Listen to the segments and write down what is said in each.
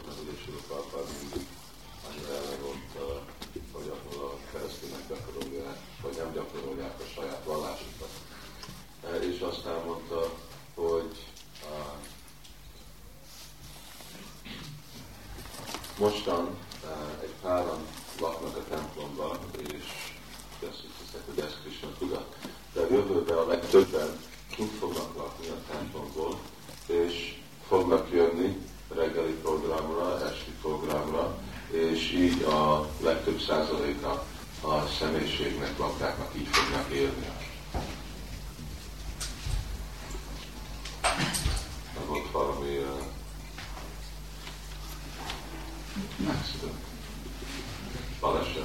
ugye Srila Prabhupád mindig annyira elmondta, hogy akkor a keresztények gyakorolják, vagy nem gyakorolják a saját vallásukat. És aztán mondta, hogy mostan egy páran laknak a templomban, és azt hiszek, hogy ez Krishna tudat. De a jövőben a legtöbben kint fognak lakni a templomból, és fognak jönni reggeli programra, esti programra, és így a legtöbb százaléka a személyiségnek, laktáknak így fognak élni. Volt valami accident. Baleset.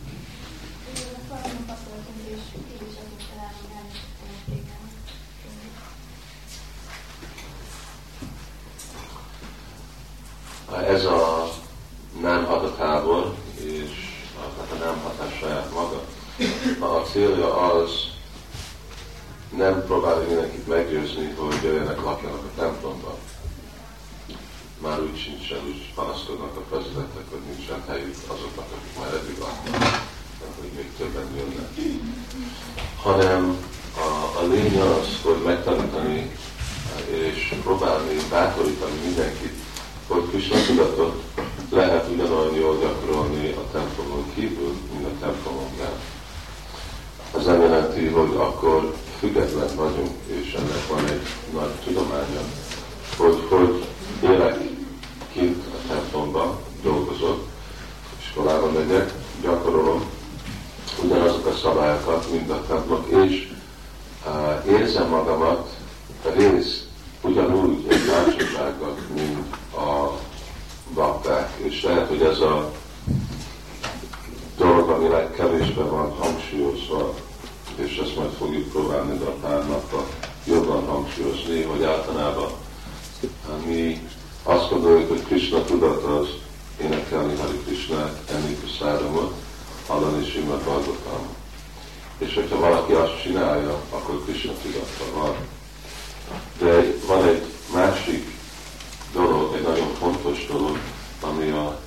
Ez a nem hatatából, és a nem hatás saját maga. A célja az, nem próbálja mindenkit meggyőzni, hogy jöjjenek, lakjanak a templomban. Már úgy sincsen, úgy panaszkodnak a prezidentek, hogy nincsen helyük azoknak, akik már eddig laknak, hogy még többen jönnek. Hanem a lényeg az, hogy megtanítani és próbálni bátorítani mindenkit, hogy Krishna tudatot lehet ugyanolyan jól gyakorolni a templomon kívül, mint a templomon belül. Ez nem jelenti, hogy akkor független vagyunk, és ennek van egy nagy tudománya, hogy élek kint a templomban, dolgozok, iskolába megyek, gyakorolom ugyanazok a szabályokat, mint a templom, és érzem magamat ugyanúgy egy társasággal, mint a bakták, és lehet, hogy ez a dolog, ami legkevésben van hangsúlyozva, és ezt majd fogjuk próbálni, de a pár napban jobban hangsúlyozni, hogy általában mi azt gondoljuk, hogy Krishna tudat az énekelni Hari Krishna, enni Prasadamot, hallani Srimad Bhagavatam. És hogyha valaki azt csinálja, akkor Krishna tudatban van. De van egy másik dolog, egy nagyon fontos dolog, ami a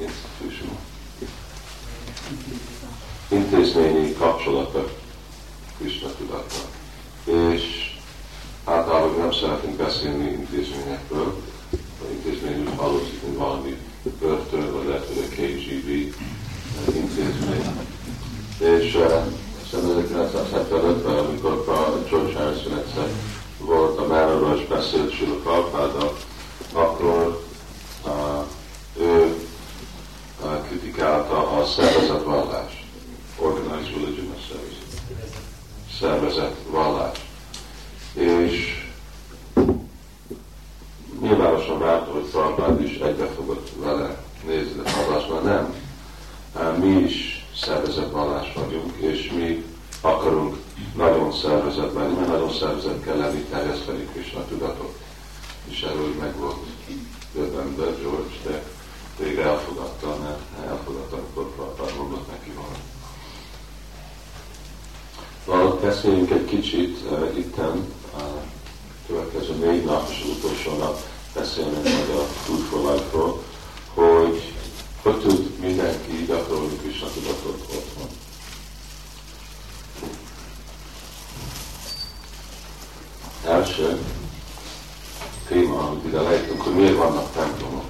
intézményi kapcsolatok Krishna tudatban. És általában nem szeretünk beszélni intézményekről, az intézmény úgy hallózik, mint valami börtön, vagy lehet, hogy a KGB intézmény. És szerintem 1975-ben, amikor George Harrison egyszer volt a Máráról, és beszélt Srila Prabhupáddal, akkor ő kritikálta a szervezetvallást. Organized religion of szervezetvallást. És nyilvánosan várta, hogy Prabhupád is egybefogott vele nézni, de Prabhupád nem. Mi is szervezetvallás vagyunk, és mi akarunk nagyon szervezet lenni, mert nagyon szervezet kell lenni, terjeszteni Krishna tudatot. És erről meg volt döbbenve George, de végre elfogadta, mert elfogadta, amikor Prabhupád mondott neki valamit. Beszéljünk egy kicsit itten, a következő 4 nap és az utolsó nap beszélnek majd a Food for Life-ról, hogy tud mindenki gyakorolni Krishna tudatot otthon. Első téma, amit ide lejtünk, hogy miért vannak templomok.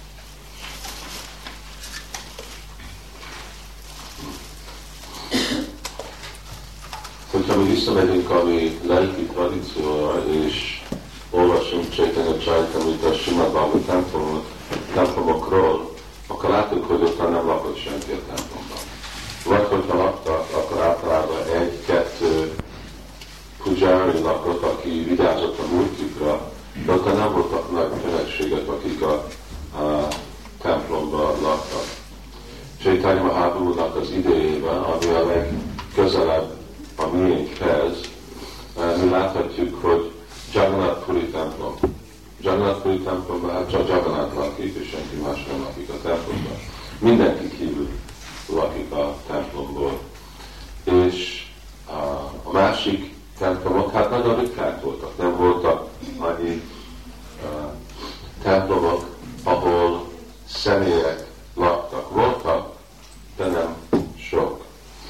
Hogyha mi visszamegyünk a mi lelki tradícióra, és olvasunk Chaitanya Charitamrita Srimad Bhagavatam templomokról, akkor látjuk, hogy ott nem lakott senki a templomban. Vagy hogyha laktak, akkor általában 1-2 pujári lakott, aki vigyázott a murtikra, de ott nem voltak nagy feleségek, akik a templomban laktak. Chaitanya Mahaprabhunak az idejében, ami a legközelebb a miénkhez, mi láthatjuk, hogy Jagannath Puri templom. Jagannath Puri templomban hát csak Jagannath lakik, és senki más nem lakik a templomban. Mindenki kívül lakik a templomból. És a másik templomok hát nagyon ritkák voltak. Nem voltak annyi templomok, ahol személyek laktak. Voltak, de nem sok.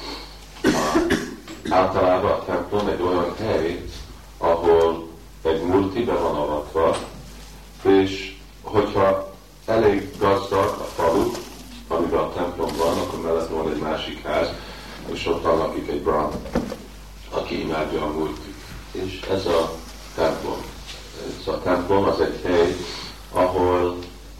Általában a templom egy olyan hely, ahol egy murti be van avatva, és hogyha elég gazdag a falu, amiben a templom van, akkor mellett van egy másik ház, és ott lakik egy brahman, aki imádja a murtit. És ez a templom. Ez a templom az egy hely, ahol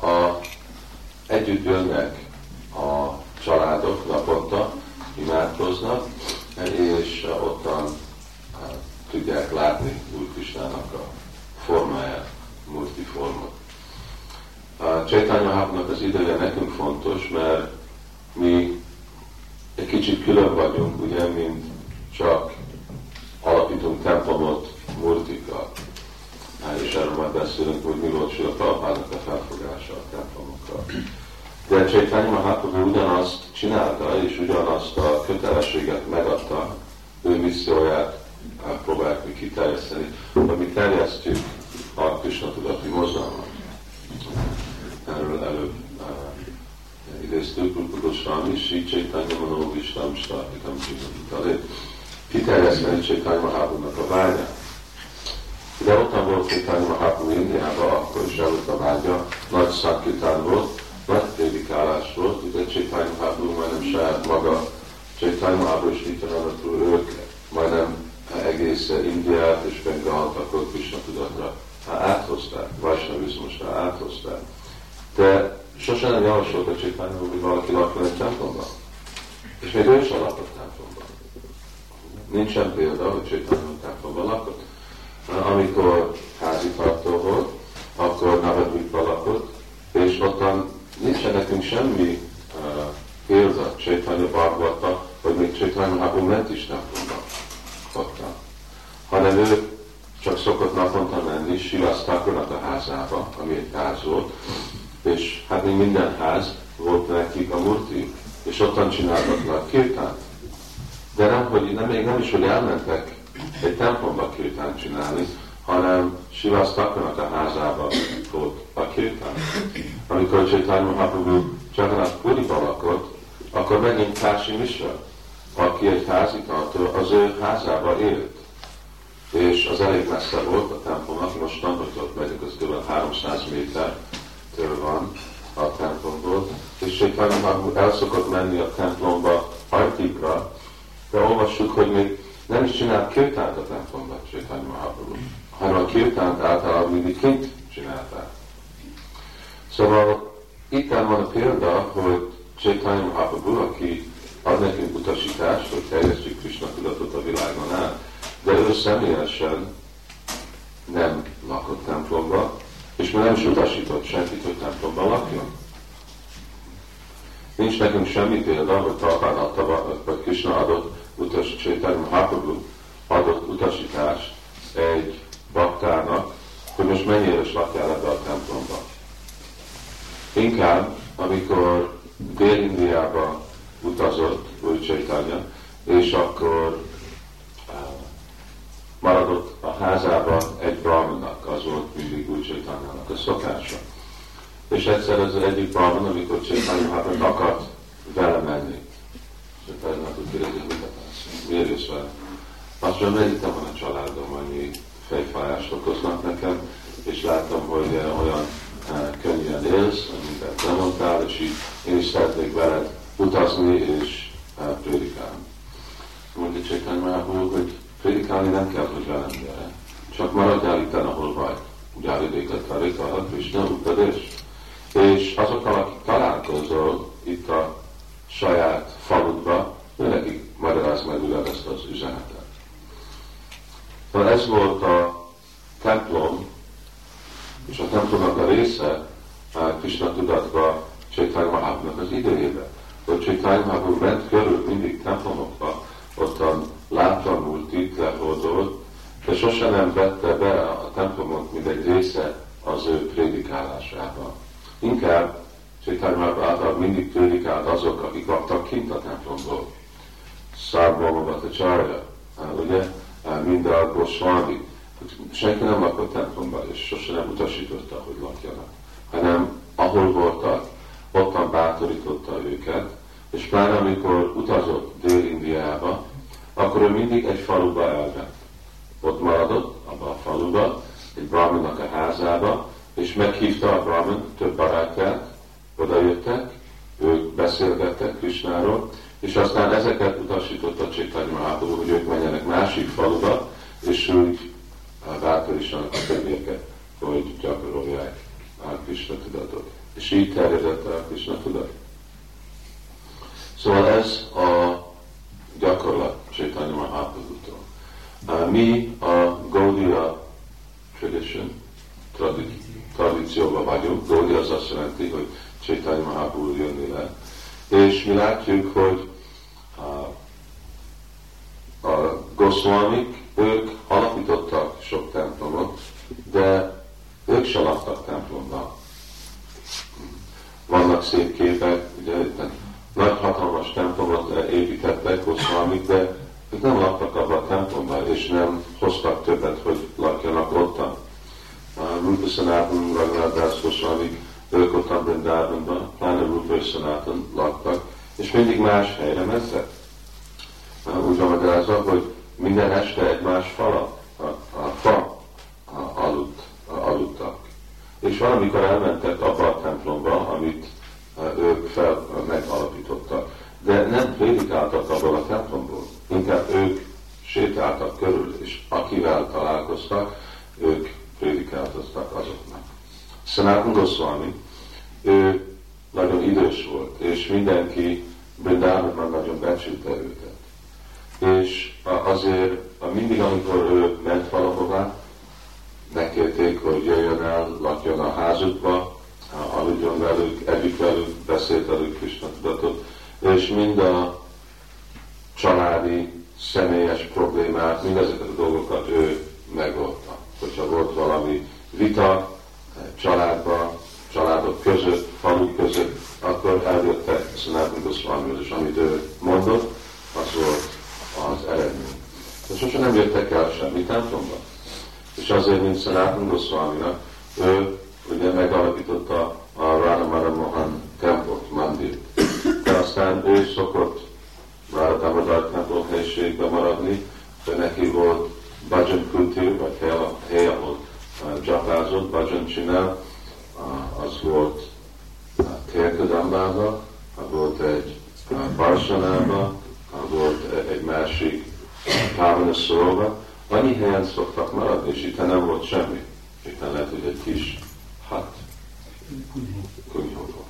együtt jönnek a családok naponta, imádkoznak, és ottan tudják látni Úr Krisnának a formáját, murti forma. A Chaitanya Mahaprabhunak az ideje nekünk fontos, mert mi egy kicsit külön vagyunk, ugye, mint csak alapítunk templomot murtikkal. És erről majd beszélünk, hogy mi volt Srila Prabhupádnak a felfogása a templomokkal. De Chaitanya Mahaprabhu ugyanazt csinálta, és ugyanazt a kötelességet megadta, ő misszióját próbáljuk mi kiterjeszteni, hogy mi terjesztjük a Krishna tudati mozgalmat. Erről előbb idéztük, Rupa Goswami, Sri Chaitanya Mano Vishtam Startikam Csintalit, kiterjeszteni Chaitanya Mahaprabhunak a vágyát. De ottan volt Chaitanya Mahaprabhu Indiában, akkor is előtt a vágya, nagy szankirtán volt, nagy prédikálás volt, ugye Chaitanya Mahaprabhu majdnem saját maga, Chaitanya Mahaprabhu és Nityananda, ők majdnem egész Indiát és Bengalt akkor Krishna tudatra áthozták, Vaisnavizmusra áthozták. De sosem nem javasolt a Chaitanya, hogy valaki lakjon egy templomban. És még ő is lakott templomban. Nincsen példa, hogy Chaitanya templomban lakott. Amikor házitartó volt, akkor Navadvipban lakott, és ottan nincsen nekünk semmi példa Chaitanya Bhagavata, hogy még Chaitanya Mahaprabhu ment is templomba ottan. Hanem ő csak szokott naponta menni Srivas Thakurnak a házába, ami egy ház volt, és hát még minden ház volt nekik a murti, és ottan csináltak kirtánt. De még nem is, hogy elmentek egy templomba kirtánt csinálni, hanem Srivas Thakurnak a házába volt a kirtán. Amikor Chaitanya Mahaprabhu Jagannath Puriba lakott, akkor megint Kási Mishra, aki egy házitartó, az ő házába élt. És az elég messze volt a templomnak, mostan, hogy ott megyünk, az kb. 300 métertől van a templomból, és Chaitanya Mahaprabhu el szokott menni a templomba hajtikra, de olvassuk, hogy még nem is csinált kirtánt a templomban Chaitanya Mahaprabhu, hanem a kirtánt általában mindig kint csinálták. Szóval itt van a példa, hogy Chaitanya Mahaprabhu, aki ad nekünk utasítást, hogy terjesztjük Krishna tudatot a világon át, de ő személyesen nem lakott templomba, és mi nem is utasított senkit, hogy templomban lakjon. Nincs nekünk semmi példa, hogy Prabhupád adta, vagy Krishna adott Chaitanya Mahaprabhu adott utasítást egy baktának, hogy most mennyire is lakjál ebbe a templomba. Inkább, amikor Dél-Indiába utazott Úr Chaitanya, és akkor maradott a házába egy brahmannak, az volt mindig Úr Chaitanyának a szokása. És egyszer ez az egyik brahman, amikor Chaitanya Mahaprabhu akart vele menni. Chaitanya Mahaprabhu kérdezi, hogy miért is vele? Azt mondja, megintem van a családom, annyi fejfájást okoznak nekem, és láttam, hogy olyan könnyen élsz, amit nem mondtál, és így én is szeretnék veled utazni és prédikálni. Mondja Chaitanya Mahaprabhu, hogy prédikálni nem kell, hogy velem gyere. Csak maradjál itt, ahol vagy. Gyáridéket Karika, Krishna Upadés. És azokkal, akik találkozol itt a saját faludba, nekik magyaráz meg ugyan ezt az üzenetet. Tehát ez volt a templom, és a templomnak a része Krishna tudatba Chaitanya Mahaprabhunak az idejében. Hogy Chaitanya Mahaprabhu ment körül mindig templomokba, ottan látta a murtit, lehordolt, de sosem nem vette be a templomot, mint egy része az ő prédikálásába. Inkább Chaitanya Mahaprabhu által mindig prédikált azok, akik laktak kint a templomból. Sarvabhauma Bhattacharya, ugye? Mind a Goswami. Senki nem lakott templomban, és sosem nem utasította, hogy lakjanak. Hanem ahol voltak, őket, és pláne amikor utazott Dél-Indiába, akkor ő mindig egy faluba elment. Ott maradott, abban a faluba, egy brahminnak a házába, és meghívta a brahmin több barátját, oda jöttek, ők beszélgettek Krishnáról, és aztán ezeket utasította Chaitanya Mahaprabhu, hogy ők menjenek másik faluba, és úgy bátorítanak a többieket, hogy gyakorolják a Krishna tudatot. És így terjedett a Krishna tudat. Szóval ez a gyakorlat Chaitanya Mahaprabhutól. Mi a Gaudiya tradition, tradícióban vagyunk. Gaudiya az azt jelenti, hogy Chaitanya Mahaprabhu jönni le. És mi látjuk, hogy a Goswamik, ők alapítottak sok templomot, de ők se laktak templomban. Vannak szép képek, ugye nagy hatalmas templomot építettek Goswamik, de ők nem laktak abban a templomban, és nem hoztak többet, hogy lakjanak ottan. Rupa Sanatan, Raghunath Das Goswamik, ők ottan Vrindavanban, pláne Rupa Sanatan laktak, és mindig más helyre mentek. Úgy van magyarázva, hogy minden este egy más fa aludtak. És valamikor elmentek abba a templomba, amit ők megalapítottak. De nem prédikáltak abból a templomból. Inkább ők sétáltak körül, és akivel találkoztak, ők prédikáltattak azoknak. Sanatana Goswami, ő nagyon idős volt, és mindenki Vrindavanban nagyon becsülte őket. És azért mindig, amikor ő ment valahová, megkérték, hogy jöjjön el, lakjon a házukba, aludjon velük, együtt velük, beszélt velük Krishna tudatot, és mind a családi, személyes problémát, mindezeket a dolgokat ő megoldta. Hogyha volt valami vita családban, családok között, faluk között, akkor eljöttek Sanatana Goswamihoz, és amit ő mondott, az volt az eredmény. De sosem nem jöttek el semmi templomba. És azért, mint Sanatana Goswaminak, ő ugye megalapította a Radha Madan Mohan templt, mandirt. De aztán ő szokott Radha Damodar templom helyiségben maradni, de neki volt bhajan kultúr, vagy hely, ahol japázott, bhajan csinál, az volt Térködambában, volt egy Barsanában, volt egy másik Pávanasszóban. Annyi helyen szoktak maradni, és itt nem volt semmi. Itt lehet, hogy egy kis kunyhó volt.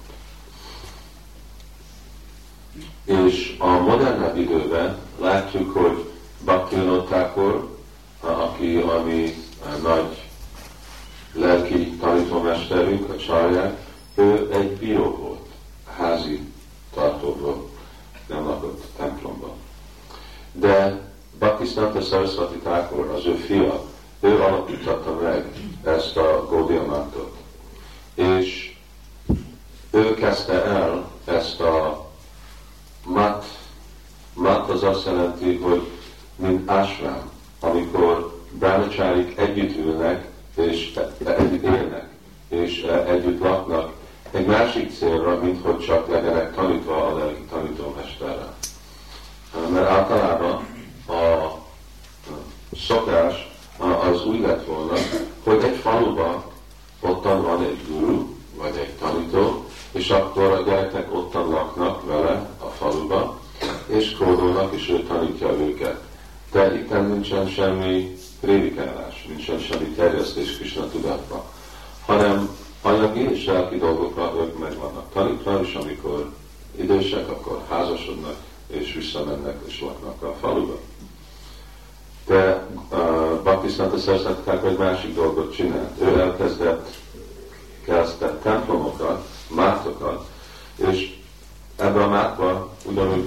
És a modernebb időben látjuk, hogy Bhaktivinoda Thakur, aki a mi nagy lelki tanítómesterünk, a csarják, ő egy bíró volt, házi tartóból, nem lakott templomban. De Bhaktisiddhanta Saraswati Thakur, az ő fia, ő alapította meg ezt a Gaudiya Mattot. És ő kezdte el ezt a mat. Mat az azt jelenti, hogy mint ashram, amikor brahmacharik együtt ülnek, és együtt élnek, és együtt laknak, egy másik célra, mint hogy csak legyenek tanítva a lelki tanítómesterrel. Mert általában a szokás az úgy lett volna, hogy egy faluban ottan van egy guru, vagy egy tanító, és akkor a gyerekek ottan laknak vele a faluba, és kódolnak, és ő tanítja őket. De itt nincsen semmi prédikálás, nincsen semmi terjesztés Krishna tudatban, hanem anyagi és lelki dolgokra ők meg vannak tanítva, és amikor idősek, akkor házasodnak, és visszamennek, és laknak a faluba. De Bhaktisiddhanta Saraswati Thakur egy másik dolgot csinált. Ő elkezdett templomokat, mátokat, és ebben a mátban ugyanúgy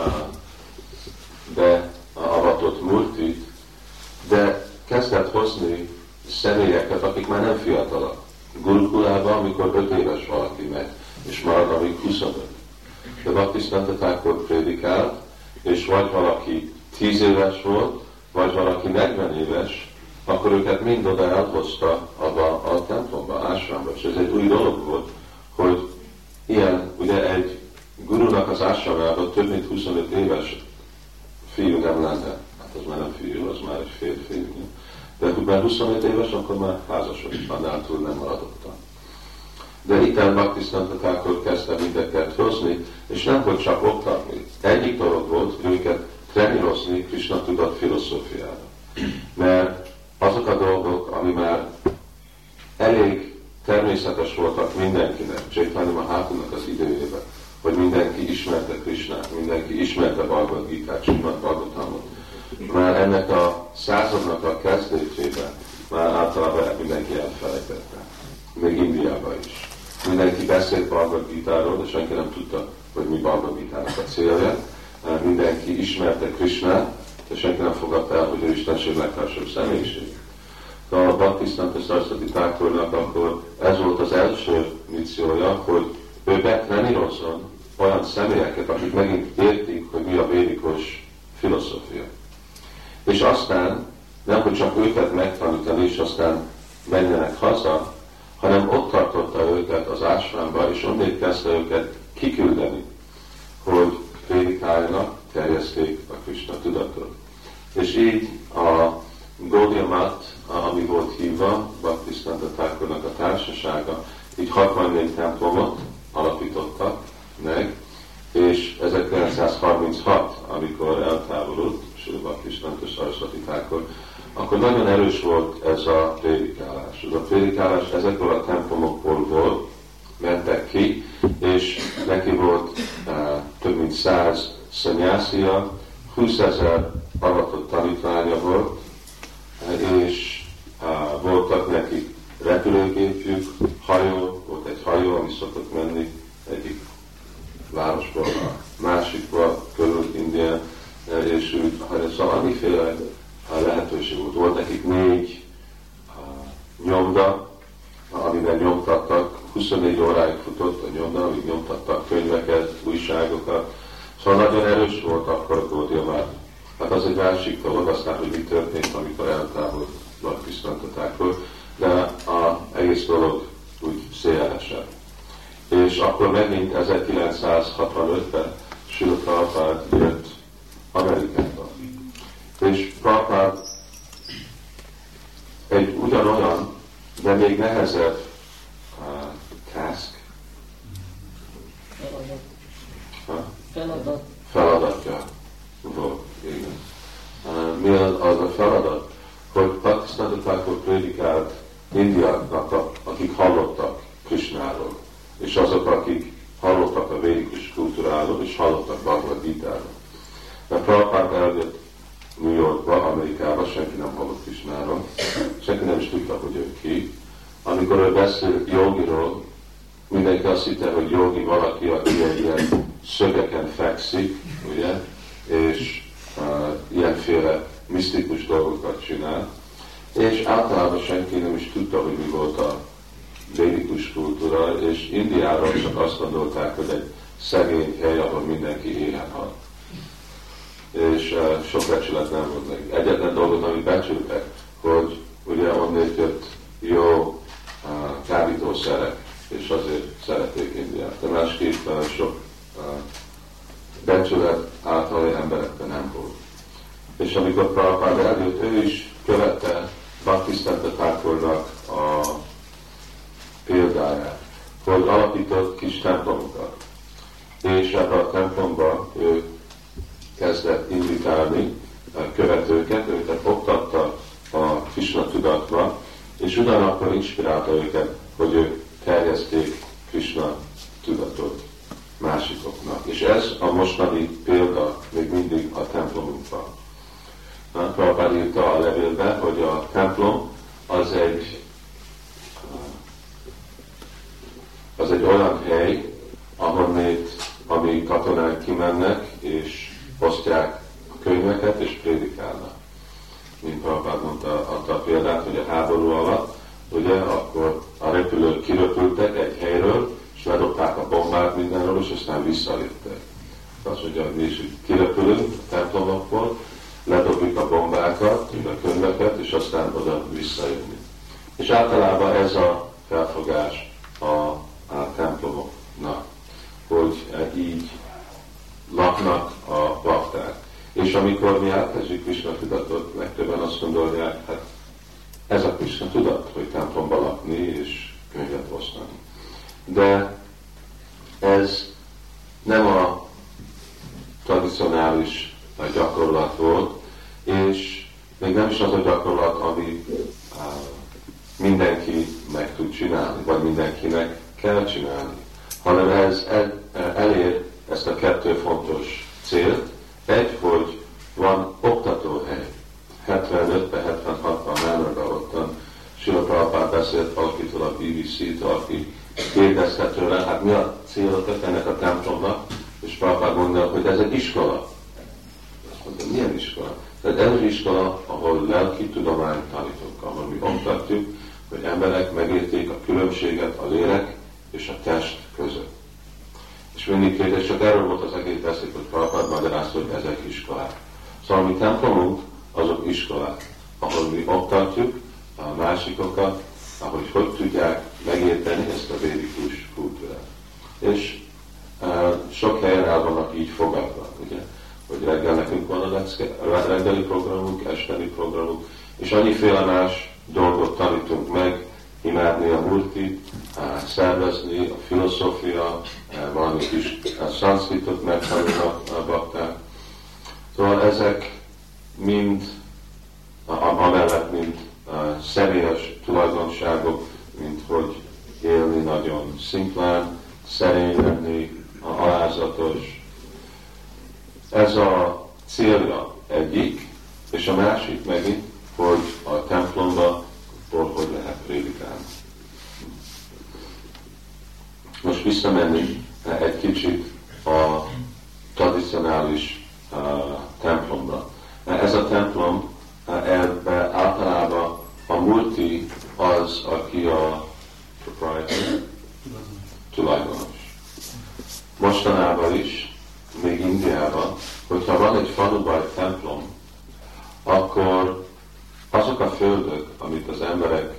beavatott multit, de kezdett hozni személyeket, akik már nem fiatalak. Gurukulában, amikor 5 éves valaki megy, és marad, amíg 25. De Bhaktisiddhanta Thakur prédikált, és vagy valaki 10 éves volt, vagy valaki 40 éves, akkor őket mind oda elhozta abba a templomba, ásramba. És ez egy új dolog volt, hogy ilyen, ugye egy guru az ásramában több mint 25 éves fiú nem lenne. Hát az már nem fiú, az már egy férfi. De már 25 éves, akkor már házasod, annál túl nem maradottam. De itt Bhaktisiddhanta Thakur kezdte mindeket hozni, és nem volt csak oktatni. Egyik dolog volt őket trenírozni Krishna tudat filozófiára. Mert azok a dolgok, ami már elég természetes voltak mindenkinek, Chaitanya Mahaprabhunak az idejében, hogy mindenki ismerte Krishnát, mindenki ismerte Bhagavad Gitát, Srimad Bhagavatamot. Már ennek a századnak a kezdetében már általában mindenki elfelejtette. Még Indiában is. Mindenki beszélt Bhagavad Gitáról, de senki nem tudta, hogy mi Bhagavad Gitának a célja. Mindenki ismerte Krishnát, de senki nem fogadta el, hogy ő Istenség legfelsőbb személyiség. De a Bhaktisiddhanta Saraswati Thakurnak akkor ez volt az első missziója, hogy ő betrenírozzon olyan személyeket, akik megint értik, hogy mi a védikus filozófia. És aztán nem, hogy csak őket megtanítani, és aztán menjenek haza, hanem ott tartotta őket az ásramba, és onnét kezdte őket kiküldeni, hogy prédikáljanak, terjeszték a Krishna tudatot. És így a Gaudiya Math, ami volt hívva, Bhaktisiddhanta Thakurnak a társasága, így 64 templomot alapítottak meg, és 1936, amikor eltávolult Srila Bhaktisiddhanta Saraswati Thakur, akkor nagyon erős volt ez a prédikálás. Ez a prédikálás ezekből a templomokból volt, mentek ki, és neki volt több mint 100 szanyászia, 20 000 avatott tanítványa volt, és voltak nekik repülőgépjük, hajó, volt egy hajó, ami szokott menni egyik városból a másikba, körül Indián, és úgy, szóval annyiféle lehetőség volt. Volt nekik 4 nyomda, amiben nyomtattak, 24 óráig futott a nyomda, amíg nyomtattak könyveket, újságokat. Szóval nagyon erős volt akkor a Gaudiya Math. Hát az egy másik dolog, aztán, hogy mi történt, amikor eltávolt Bhaktisiddhanta Thakur, de az egész dolog úgy szélenesebb. És akkor megint 1965-ben Srila Prabhupád jött Amerikába. És Prabhupád egy ugyanolyan, de még nehezebb task, feladatja volt. Igen. Mi az a feladat? Hogy Bhaktisiddhanta Thakur prédikált indiáknak, akik hallottak Krishnáról, és azok, akik hallottak a védikus kultúráról, és hallottak Bhagavad Gitáról. Mert Prabhupád eljött New Yorkba, Amerikába, senki nem hallott Krishnáról, senki nem is tudta, hogy ő ki. Amikor ő beszélt jogiról, mindenki azt hitte, hogy jogi valaki, aki ilyen szögeken fekszik, ugye, és ilyenféle misztikus dolgokat csinál, és általában senki nem is tudta, hogy mi volt a védikus kultúra, és Indiáról csak azt gondolták, hogy egy szegény hely, ahol mindenki éhen hal. És sok becsület nem volt neki. Egyetlen dolgot, amit becsültek, hogy ugye onnét jött jó kábítószerek, és azért szerették Indiát. De másképp sok becsület általai emberekben nem volt. És amikor Prabhupád eljött, ő is követte Bhaktisiddhanta Thakurnak a példáját, hogy alapított kis templomokat. És ebben a templomban ő kezdett invitálni követőket, őket oktatta a Krishna tudatba, és ugyanakkor inspirálta őket, hogy ők terjeszték Krishna tudatot másikoknak. És ez a mostani példa még mindig a templomunkban. Prabhupád írta a levélbe, hogy a templom az egy olyan hely, ahonnét, ami katonák kimennek, és osztják a könyveket, és prédikálnak. Mint Prabhupád mondta, adta a példát, hogy a háború alatt, ugye, akkor a repülők kiröpültek egy helyről, és ledobták a bombát mindenről, és aztán visszajöttek. Azt mondja, hogy mi is kiröpülünk a templomokból, ledobjuk a bombákat, a könyveket, és aztán oda visszajönni. És általában ez a felfogás a templomoknak, hogy így amikor mi elkezdjük Krishna tudatot, legtöbben azt gondolják, hát ez a Krishna tudat, hogy templomba lakni és könyvet osztani. De ez nem a tradicionális gyakorlat volt, és még nem is az a gyakorlat, ami mindenki meg tud csinálni, vagy mindenkinek kell csinálni, hanem ez elér ezt a kettő fontos célt. Egy, hogy van oktatóhely. 75-ben, 76-ban Melbourne-ben ottan Srila Prabhupád beszélt valakitől a BBC-től, aki kérdezte tőle, hát mi a célok ennek a templomnak, és Prabhupád mondta, hogy ez egy iskola. Azt mondta, milyen iskola? Tehát ez az iskola, ahol lelki tudományt tanítunk, ahol mi oktatjuk, hogy emberek megérték a különbséget a lélek és a test között. És mindig kérdés, csak erről volt az egész beszéd, hogy Prabhupád magyarázta, hogy ezek iskolák. Szóval mi templomunk, azok iskolák, ahol mi oktatjuk a másikokat, hogy tudják megérteni ezt a védikus kultúrát. És sok helyen el vannak így fogadva, ugye? Hogy reggel nekünk van a reggeli programunk, esteni programunk, és annyiféle más dolgot tanítunk meg, imádni a Murtit, szervezni, a filozófia, valami kis szanszkritot megtanulnak a bakták. Szóval ezek mind, amellett mind személyes tulajdonságok, mint hogy élni nagyon szimplán, szerény lenni, alázatos. Ez a célja egyik, és a másik megint, hogy a templomba hogy lehet prédikálni. Most visszamenni egy kicsit a tradicionális templomra. Ez a templom, ebben általában a Murti az, aki a proprietor, tulajdonos. Mostanában is, még Indiában, hogyha van egy faluban egy templom, akkor azok a földök, amit az emberek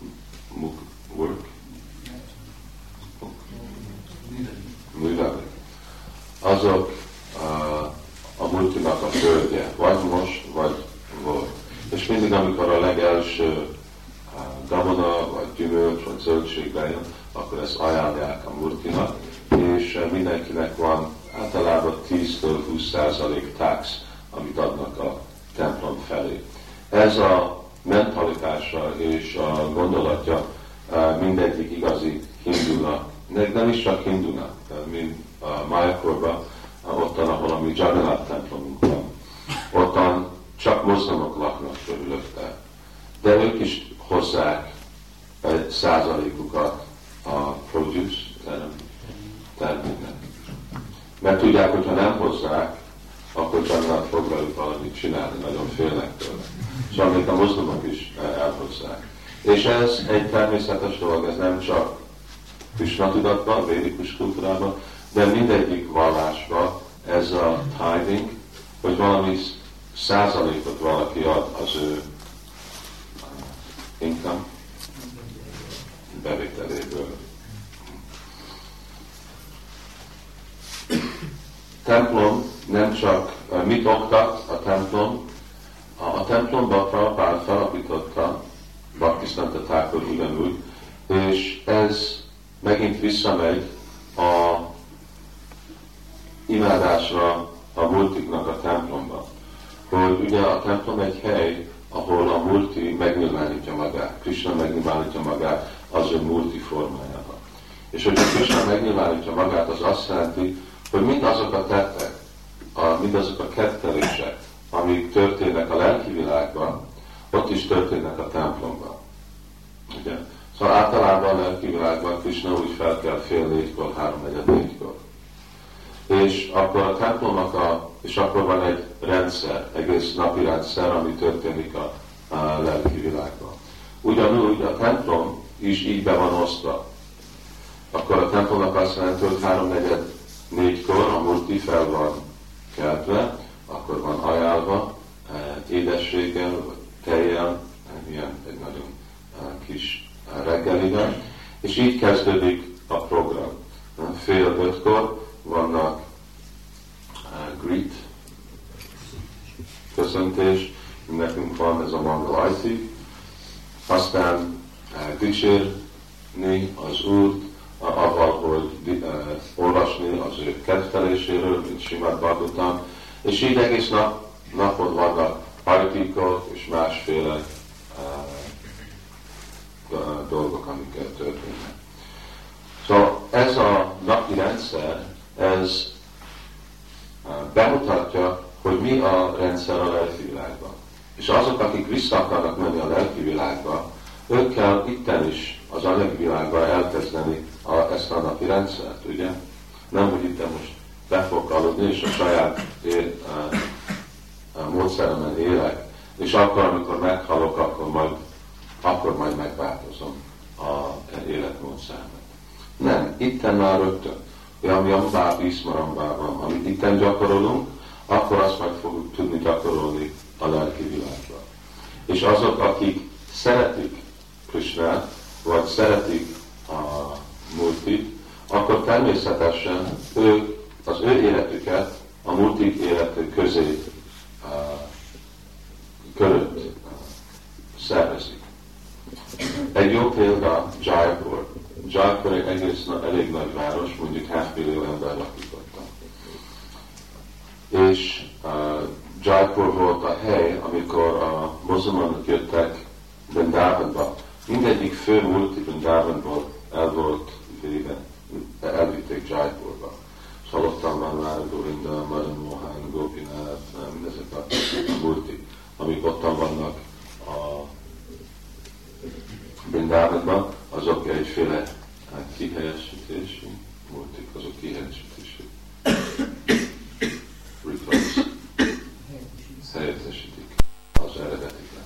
művelnek, azok a Murtinak a földje, vagy most, vagy volt. És mindig, amikor a legelső gabona, vagy gyümölcs, vagy zöldség bejön, akkor ezt ajánlják a Murtinak, és mindenkinek van általában 10-20% tax, amit adnak a templom felé. Ez a mentalitása és a gondolatja mindegyik igazi hindunak, nem is csak hindunak, mint a Mayakorban, ottan, ahol a mi Jagannath templomunk van. Ottan csak moszlimok laknak körülötte, de ők is hozzák egy százalékukat a produce terméknek. Mert tudják, hogyha nem hozzák, akkor Jagannath fog velük valamit csinálni, nagyon félnek tőle. Szóval még a moszlimok is elhozzák. És ez egy természetes dolog, ez nem csak Krishna tudatban, védikus kultúrában, de mindegyik vallásban ez a tithing, hogy valami százalékot valaki ad az ő income bevételéből. Templom nem csak mit oktat a templom, a templomban Prabhupád felapította, Bhaktisiddhanta Thakur ugyanúgy, és ez megint visszamegy a imádásra a Murtiknak a templomba. Hogy ugye a templom egy hely, ahol a Murti megnyilvánítja magát, Krishna megnyilvánítja magát az ő Murti formájában. És hogyha Krishna megnyilvánítja magát, az azt jelenti, hogy mindazok a tettek, mindazok a kettelések, amik történnek a lelki világban, ott is történnek a templomban. Ugye? Szóval általában a lelki világban Krishna úgy fel kell fél 4-kor, 3-4-kor. És akkor a templomnak és akkor van egy rendszer, egész napi rendszer, ami történik a lelki világban. Ugyanúgy a templom is így be van osztva. Akkor a templomnak azt jelenti, hogy 3-4-kor a Murti fel van keltve, akkor van ajánlva édességgel, vagy tejjel, ilyen egy nagyon kis reggelivel, és így kezdődik a program. 4:30 vannak greet, köszöntés, nekünk van ez a Mangalajti, aztán dicsérni az Úrt, avval, hogy olvasni az ő kedveléséről, mint Simad Bhagavatam, és így egész napon vannak artikok és másféle dolgok, amiket történnek. Szóval ez a napi rendszer, ez bemutatja, hogy mi a rendszer a lelki világban. És azok, akik vissza akarnak menni a lelki világba, ők kell itten is az anyagi világban elkezdeni ezt a napi rendszert, ugye? Nem, hogy itten most be fogok aludni, és a saját módszeremen élek, és akkor, amikor meghalok, akkor majd megváltozom az életmódszeremet. Nem, itten már rögtön. Ami a bár Iszmarambában, amit itten gyakorolunk, akkor azt meg fogjuk tudni gyakorolni a lelki világban. És azok, akik szeretik Krishnát, vagy szeretik a Murtit, akkor természetesen ők az ő életüket a Murtik életük körött szervezik. Egy jó példa Jaipur. Jaipur egy elég nagy város, mondjuk 500 millió ember lakik ott. És Jaipur volt a hely, amikor a muzulmanok jöttek Vrindavanba. Mindegyik fő Murti Vrindavanból el volt vége, elvitték Jaipurba. És hallottam van már Govinda, Madan Mohan, Gopinath, mindezek a Murti, amik ottan vannak a Vrindavanban, azok egyféle kihelyesítési Murtik, azok kihelyesítési. Helyettesítik az eredetikre.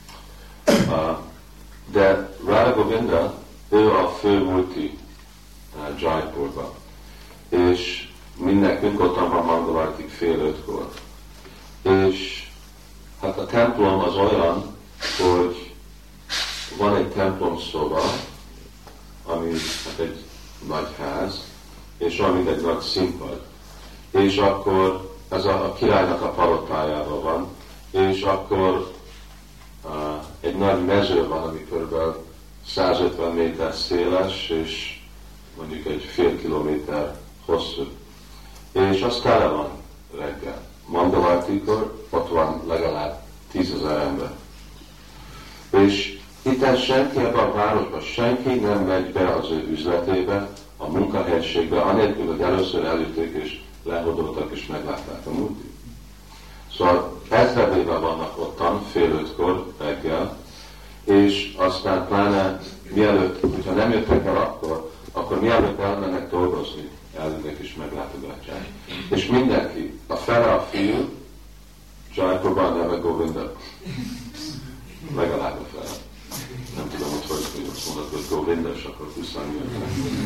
De Radha Govinda, ő a fő Murti Jaipurban. És mindenkünk ottan van Mangalartik 4:30-kor. És hát a templom az olyan, hogy van egy templom szoba, ami hát egy nagy ház, és van egy nagy színpad. És akkor ez a királynak a palotájában van, és akkor egy nagy mező van, ami kb. 150 méter széles, és mondjuk egy fél kilométer hosszú. És az tele van reggel. Mangalartikor ott van legalább 10 000 ember. És itt senki ebben a városban, senki nem megy be az ő üzletébe, a munkahelységbe, anélkül, hogy először eljötték és lehódoltak és meglátták a Murtit. Szóval ezredében vannak ottan, 4:30-kor reggel, és aztán pláne mielőtt, hogyha nem jöttek el akkor mielőtt elmennek dolgozni, elülnek és meglátogatják. És mindenki, a fele a fiú, Jaipurban neve Govinda. Legalább a fele. Nem tudom, hogy azt mondod, hogy Govinda, és akkor 20 jöttek.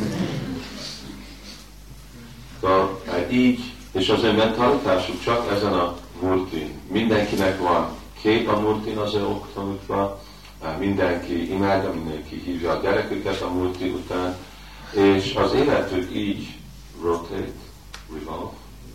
Szóval így, és az ő mentalitásuk csak ezen a Murtin. Mindenkinek van kép a Murtin az ő oktanukban, mindenki imádja, mindenki hívja a gyereküket a Murti után, és az életük így rotate, revolve,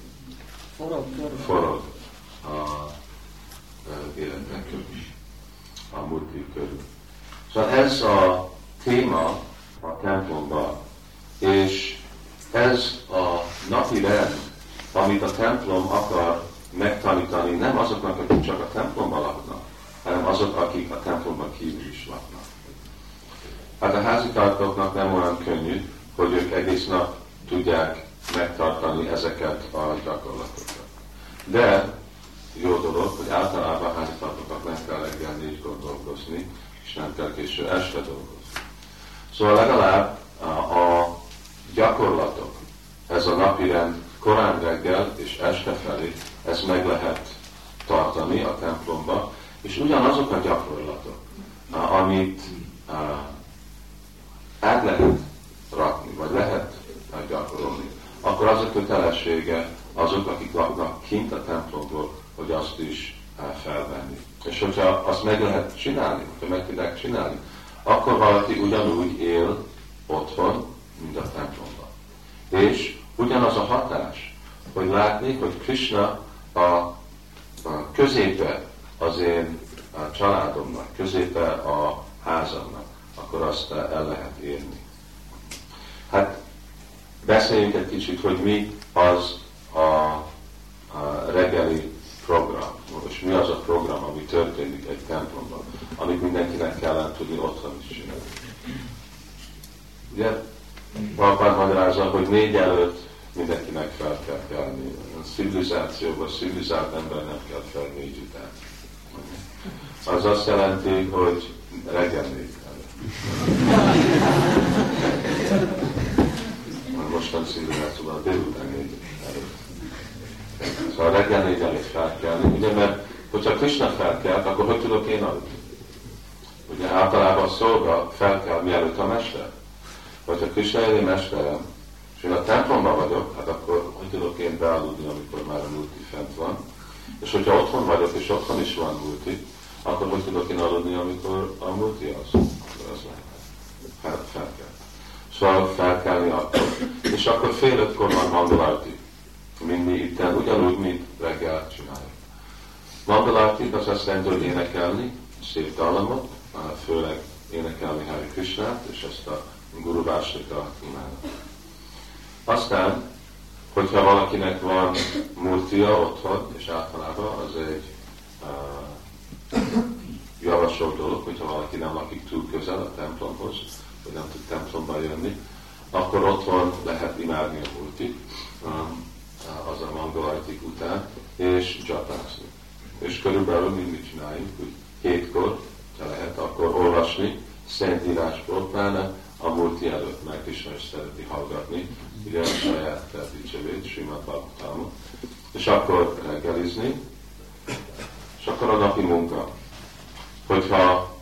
forog a életnek körül, a Murti körül. Szóval ez a téma a templomban, és ez a napi rend, amit a templom akar megtanítani, nem azoknak, akik csak a templomban laknak, hanem azok, akik a templomban kívül is laknak. Hát a házitartóknak nem olyan könnyű, hogy ők egész nap tudják megtartani ezeket a gyakorlatokat. De jó dolog, hogy általában a házitartóknak nem kell reggel 4-kor dolgozni, és nem kell késő este dolgozni. Szóval legalább a gyakorlatok, ez a napirend korán reggel és este felé, ezt meg lehet tartani a templomba, és ugyanazok a gyakorlatok, amit át lehet rakni, vagy lehet gyakorolni, akkor az a kötelessége azok, akik laknak kint a templomból, hogy azt is felvenni. És hogyha azt meg lehet csinálni, hogyha meg tudják csinálni, akkor valaki ugyanúgy él otthon, mint a templomban. És ugyanaz a hatás, hogy látni, hogy Krishna a középe az én családomnak, középe a házamnak, akkor azt el lehet érni. Hát beszéljünk egy kicsit, hogy mi az a reggeli program, és mi az a program, ami történik egy templomban, amit mindenkinek kellene tudni otthon is csinálni. Ugye, Prabhupád magyarázza, hogy 4 előtt mindenkinek fel kell kelni. A civilizációban, civilizált ember nem kell fel 4 után. Az azt jelenti, hogy reggel 4 előtt. Mostan civilizációban a délután 4 előtt. Szóval reggel 4 előtt fel kelni, ugye, mert hogyha Krishna felkelt, akkor hogy tudok én aludni? Ugye általában a szolga felkel mielőtt a mester. Hogyha Krishna elé mesterem, és én a templomban vagyok, hát akkor hogy tudok én bealudni, amikor már a multi fent van? És hogyha otthon vagyok, és otthon is van multi, akkor hogy tudok én aludni, amikor a multi az? Akkor az lehet. Fel kell. Szóval felkelni akkor. És akkor 4:30 van Mangalarti. Mint mi itten, ugyanúgy, mint reggel csináljuk. Mangalarti az azt jelenti, hogy énekelni, szép dallamot, főleg énekelni Hare Krishnát, és ezt a Guru Vásnika imádat. Aztán, hogyha valakinek van murtia otthon, és általában az egy javasolt dolog, hogyha valaki nem lakik túl közel a templomhoz, vagy nem tud templomba jönni, akkor otthon lehet imádni a murtit, az a mangalartik után, és japázni. És körülbelül mit csináljuk, hogy 7-kor, ha lehet, akkor olvasni Szentírásból, pláne a multi előtt, mert Krishna is szereti hallgatni, ugye a saját dicsővét, Srimad Bhagavatamot, és akkor reggelizni, és akkor a napi munka. Hogyha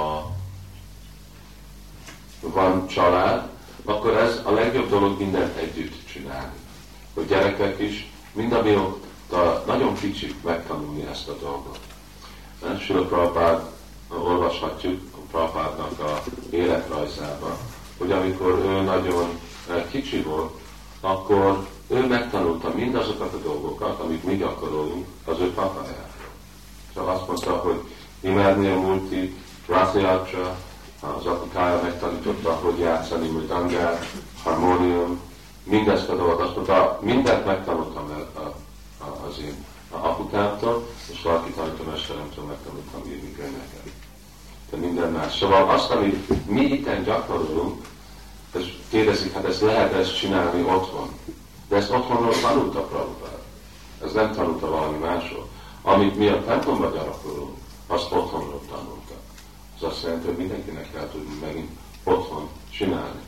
van család, akkor ez a legjobb dolog mindent együtt csinálni. Hogy gyerekek is, mind amióta nagyon kicsik megtanulni ezt a dolgot. Srila Prabhupád, olvashatjuk a Prabhupádnak a életrajzában, hogy amikor ő nagyon kicsi volt, akkor ő megtanulta mindazokat a dolgokat, amit mi gyakorolunk az ő papájától. Szóval azt mondta, hogy imádni a multi, Rathayatra, az apukája megtanította, hogy játszani mridangát, harmónium, mindezt a dolgot. Azt mondta, mindent megtanultam az én apukámtól, és valaki tanítómesteremtől megtanultam írni könyveket. De minden más. Szóval azt, amit mi itten gyakorolunk, ez kérdezik, hát ezt lehet ezt csinálni otthon. De ezt otthonról tanulta Prabhupád. Ez nem tanulta valami másról. Amit mi a templomban gyakorolunk, azt otthonról tanulta. Ez azt jelenti, hogy mindenkinek kell tudni megint otthon csinálni.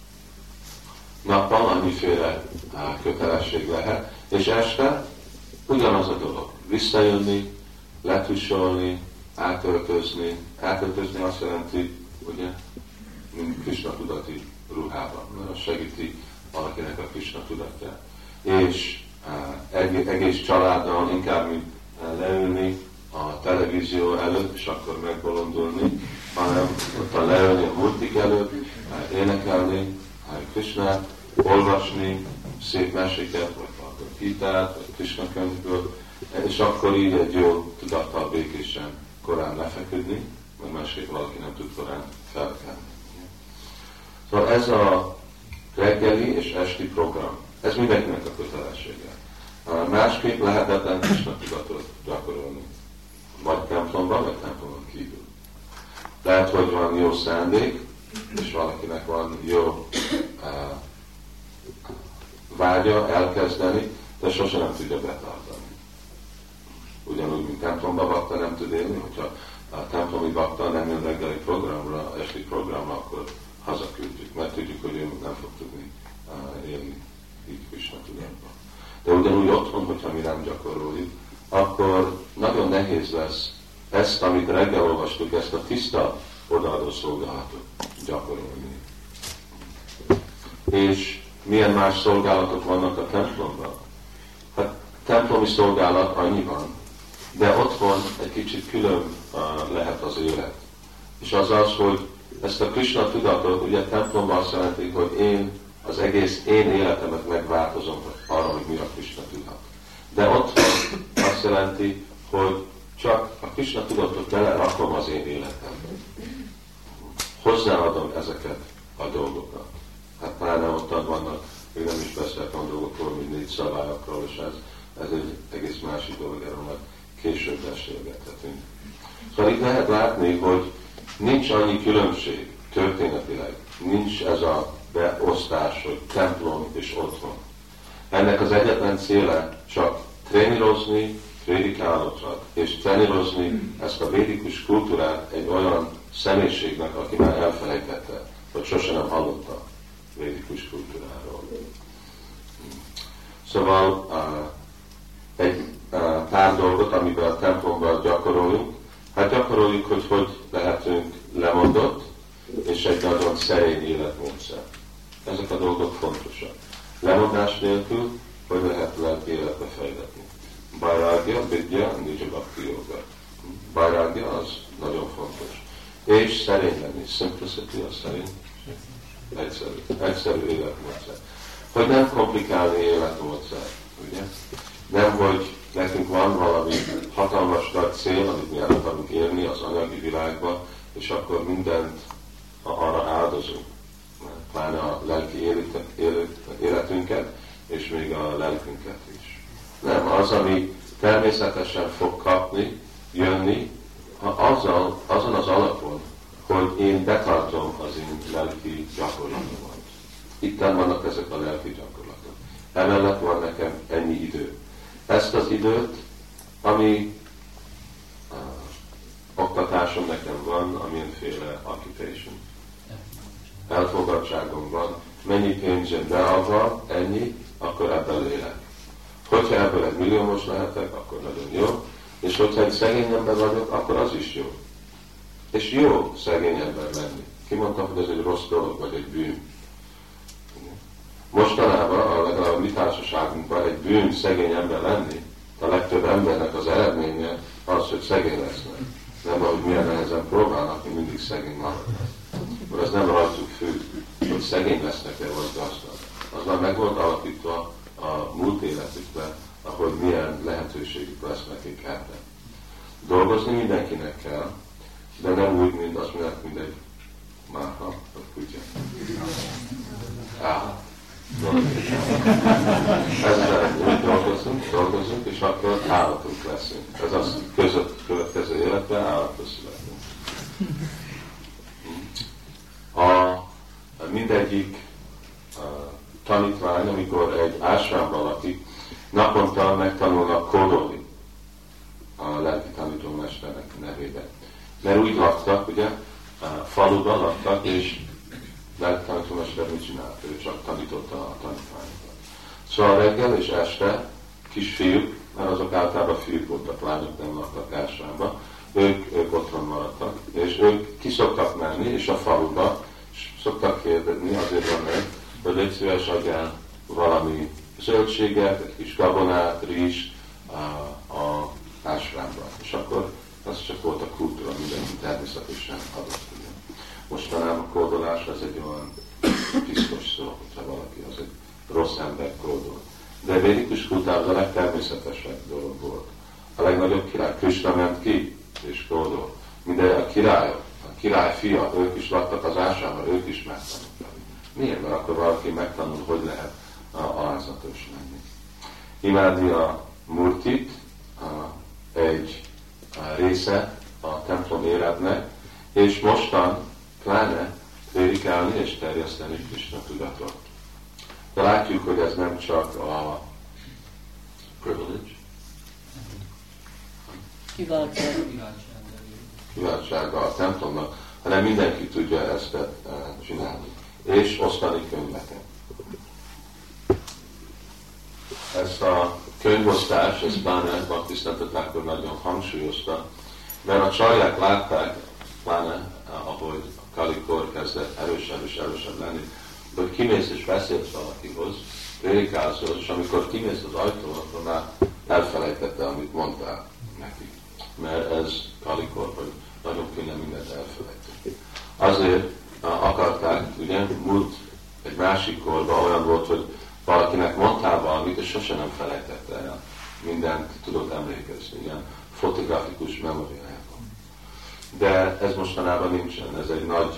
Nappal annyiféle kötelesség lehet, és este ugyanaz a dolog. Visszajönni, letusolni, átöltözni. Átöltözni azt jelenti, ugye, mint Krishna tudati ruhában. Az segíti valakinek a Krishna tudatját. És egész családdal inkább mint leülni a televízió előtt, és akkor megbolondulni, hanem ott leülni a multik előtt, énekelni Krishnát, olvasni szép meséket, vagy a Gitát, vagy Krishna könyvből, és akkor így egy jó tudattal békésen korán lefeküdni, meg másképp valaki nem tud korán felkelni. Szóval ez a reggeli és esti program, ez mindenkinek a kötelessége. Másképp lehetetlen Krishna tudatot gyakorolni. Vagy templomban, vagy templomon kívül. Lehet, hogy van jó szándék, és valakinek van jó vágya elkezdeni, de sosem nem tudja betartani. Ugyanúgy, mint templomba bakta nem tud élni, hogyha a templomi bakta nem jön reggeli programra, esti programra, akkor hazaküldjük, mert tudjuk, hogy ő nem fog tudni élni így Krishna tudatban. De ugyanúgy otthon, hogyha mi nem gyakoroljuk, akkor nagyon nehéz lesz ezt, amit reggel olvastuk, ezt a tiszta odaadó szolgálatot gyakorolni. És milyen más szolgálatok vannak a templomban? Hát templomi szolgálat annyi van, de otthon egy kicsit külön lehet az élet. És az az, hogy ezt a Krishna tudatot, ugye templomban azt jelenti, hogy én az egész én életemet megváltozom arra, hogy mi a Krishna tudat. De otthon azt jelenti, hogy csak a Krishna tudatot belerakom az én életembe. Hozzáadom ezeket a dolgokat. Hát pláne ottan vannak, még nem is beszéltem a dolgokról, mint 4 szabályokról, és ez egy egész másik dolog, erről majd később beszélgethetünk. Szóval itt lehet látni, hogy nincs annyi különbség történetileg, nincs ez a beosztás, hogy templom és otthon. Ennek az egyetlen céle csak trénírozni prédikálatokat, és trénírozni ezt a védikus kultúrát egy olyan személyiségnek, aki már elfelejtette, vagy sosem nem hallotta védikus kultúráról. Szóval egy pár dolgot, amiben a templomban gyakorolunk, hát gyakoroljuk, hogy lehetünk lemondott, és egy nagyon szerény életmódszer. Ezek a dolgok fontosak. Lemondás nélkül, hogy lehet lelki életbe fejlődni. Vairagya, vidya, nija bhakti yoga. Vairagya az nagyon fontos. És szerény lenni. Simplicity az szerény. Egyszerű életmódszer. Hogy nem komplikálni életmódszer, ugye? Nem, hogy nekünk van valami hatalmas nagy cél, amit mi el akarunk érni az anyagi világba, és akkor mindent arra áldozunk. Pláne a lelki életünket, és még a lelkünket is. Nem, az, ami természetesen fog kapni, jönni, azon az alapon, hogy én betartom az én lelki gyakorlatomat. Itten vannak ezek a lelki gyakorlatok. Emellett van nekem ennyi idő. Ezt az időt, ami oktatásom nekem van, amilyenféle occupation, elfogadtságom van, mennyi pénzem beadva, ennyi, akkor ebből élek. Hogyha ebből egy milliómos lehetek, akkor nagyon jó, és hogyha egy szegény ember vagyok, akkor az is jó. És jó szegény ember lenni. Ki mondta, hogy ez egy rossz dolog, vagy egy bűn. Mostanában, legalább a mi társaságunkban egy bűn szegény ember lenni, a legtöbb embernek az eredménye az, hogy szegény lesznek. Nem, hogy milyen nehezen próbálnak, hogy mindig szegény maradnak. Mert az nem rajtuk függ, hogy szegény lesznek-e, vagy gazdag. Az már meg volt alapítva a múlt életükben, ahogy milyen lehetőségük lesz nekik ebben. Dolgozni mindenkinek kell, de nem úgy, mint azt mondják, mint egy márha, vagy kutya. Ezzel dolgozunk, és akkor állatunk leszünk. Ez az következő életben állatos születünk. Mindegyik tanítvány, amikor egy ásványban lakik, naponta megtanulnak kódolni a lelki tanítómesternek nevében. Mert úgy laktak, ugye, faluban laktak, és lelki tanítómester mit csinált? Ő csak tanította a tanítványokat. Szóval reggel és este kisfiúk, mert azok általában fiúk voltak, lányok nem laktak ásványban, ők otthon maradtak, és ők ki szoktak menni, és a faluba szoktak kérdezni, azért van meg, hogy egy szíves adjál valami zöldséget, egy kis gabonát, rizs a ásványban. És akkor az csak volt a kultúra, mindenki természetesen adott. Mostanában a kódolás az egy olyan piszkos szó, hogyha valaki az egy rossz ember kódol. De védikus kultúrában a legtermészetesebb dolog volt. A legnagyobb király, Krishna ment ki és kódol. Minden a király fia, ők is laktak az ásványban, ők is megtanultak. Miért? Mert akkor valaki megtanul, hogy lehet alázatos lenni. Imádi a murtit, egy része a templom életnek, és mostan pláne prédikálni és terjeszteni Krishna tudatot. De látjuk, hogy ez nem csak a privilege, kiváltsága a templomnak, hanem mindenki tudja ezt csinálni. És osztani könyveket. Ezt a könyvosztás, ezt pláne Bhaktisztánta Thakur nagyon hangsúlyozta, mert a csarják látták, pláne ahogy a Kalikor kezdett erősebb lenni, hogy kimész és beszélsz valakihoz, prédikálszol, és amikor kimész az ajtón, akkor már elfelejtette, amit mondtál neki. Mert ez Kalikor, hogy nagyon könnyen mindent elfelejtett. Azért akarták, ugye, múlt egy másik korban olyan volt, hogy valakinek mondtál valamit, és sose nem felejtette el. Mindent tudott emlékezni. Ilyen fotografikus memóriájában. De ez mostanában nincsen, ez egy nagy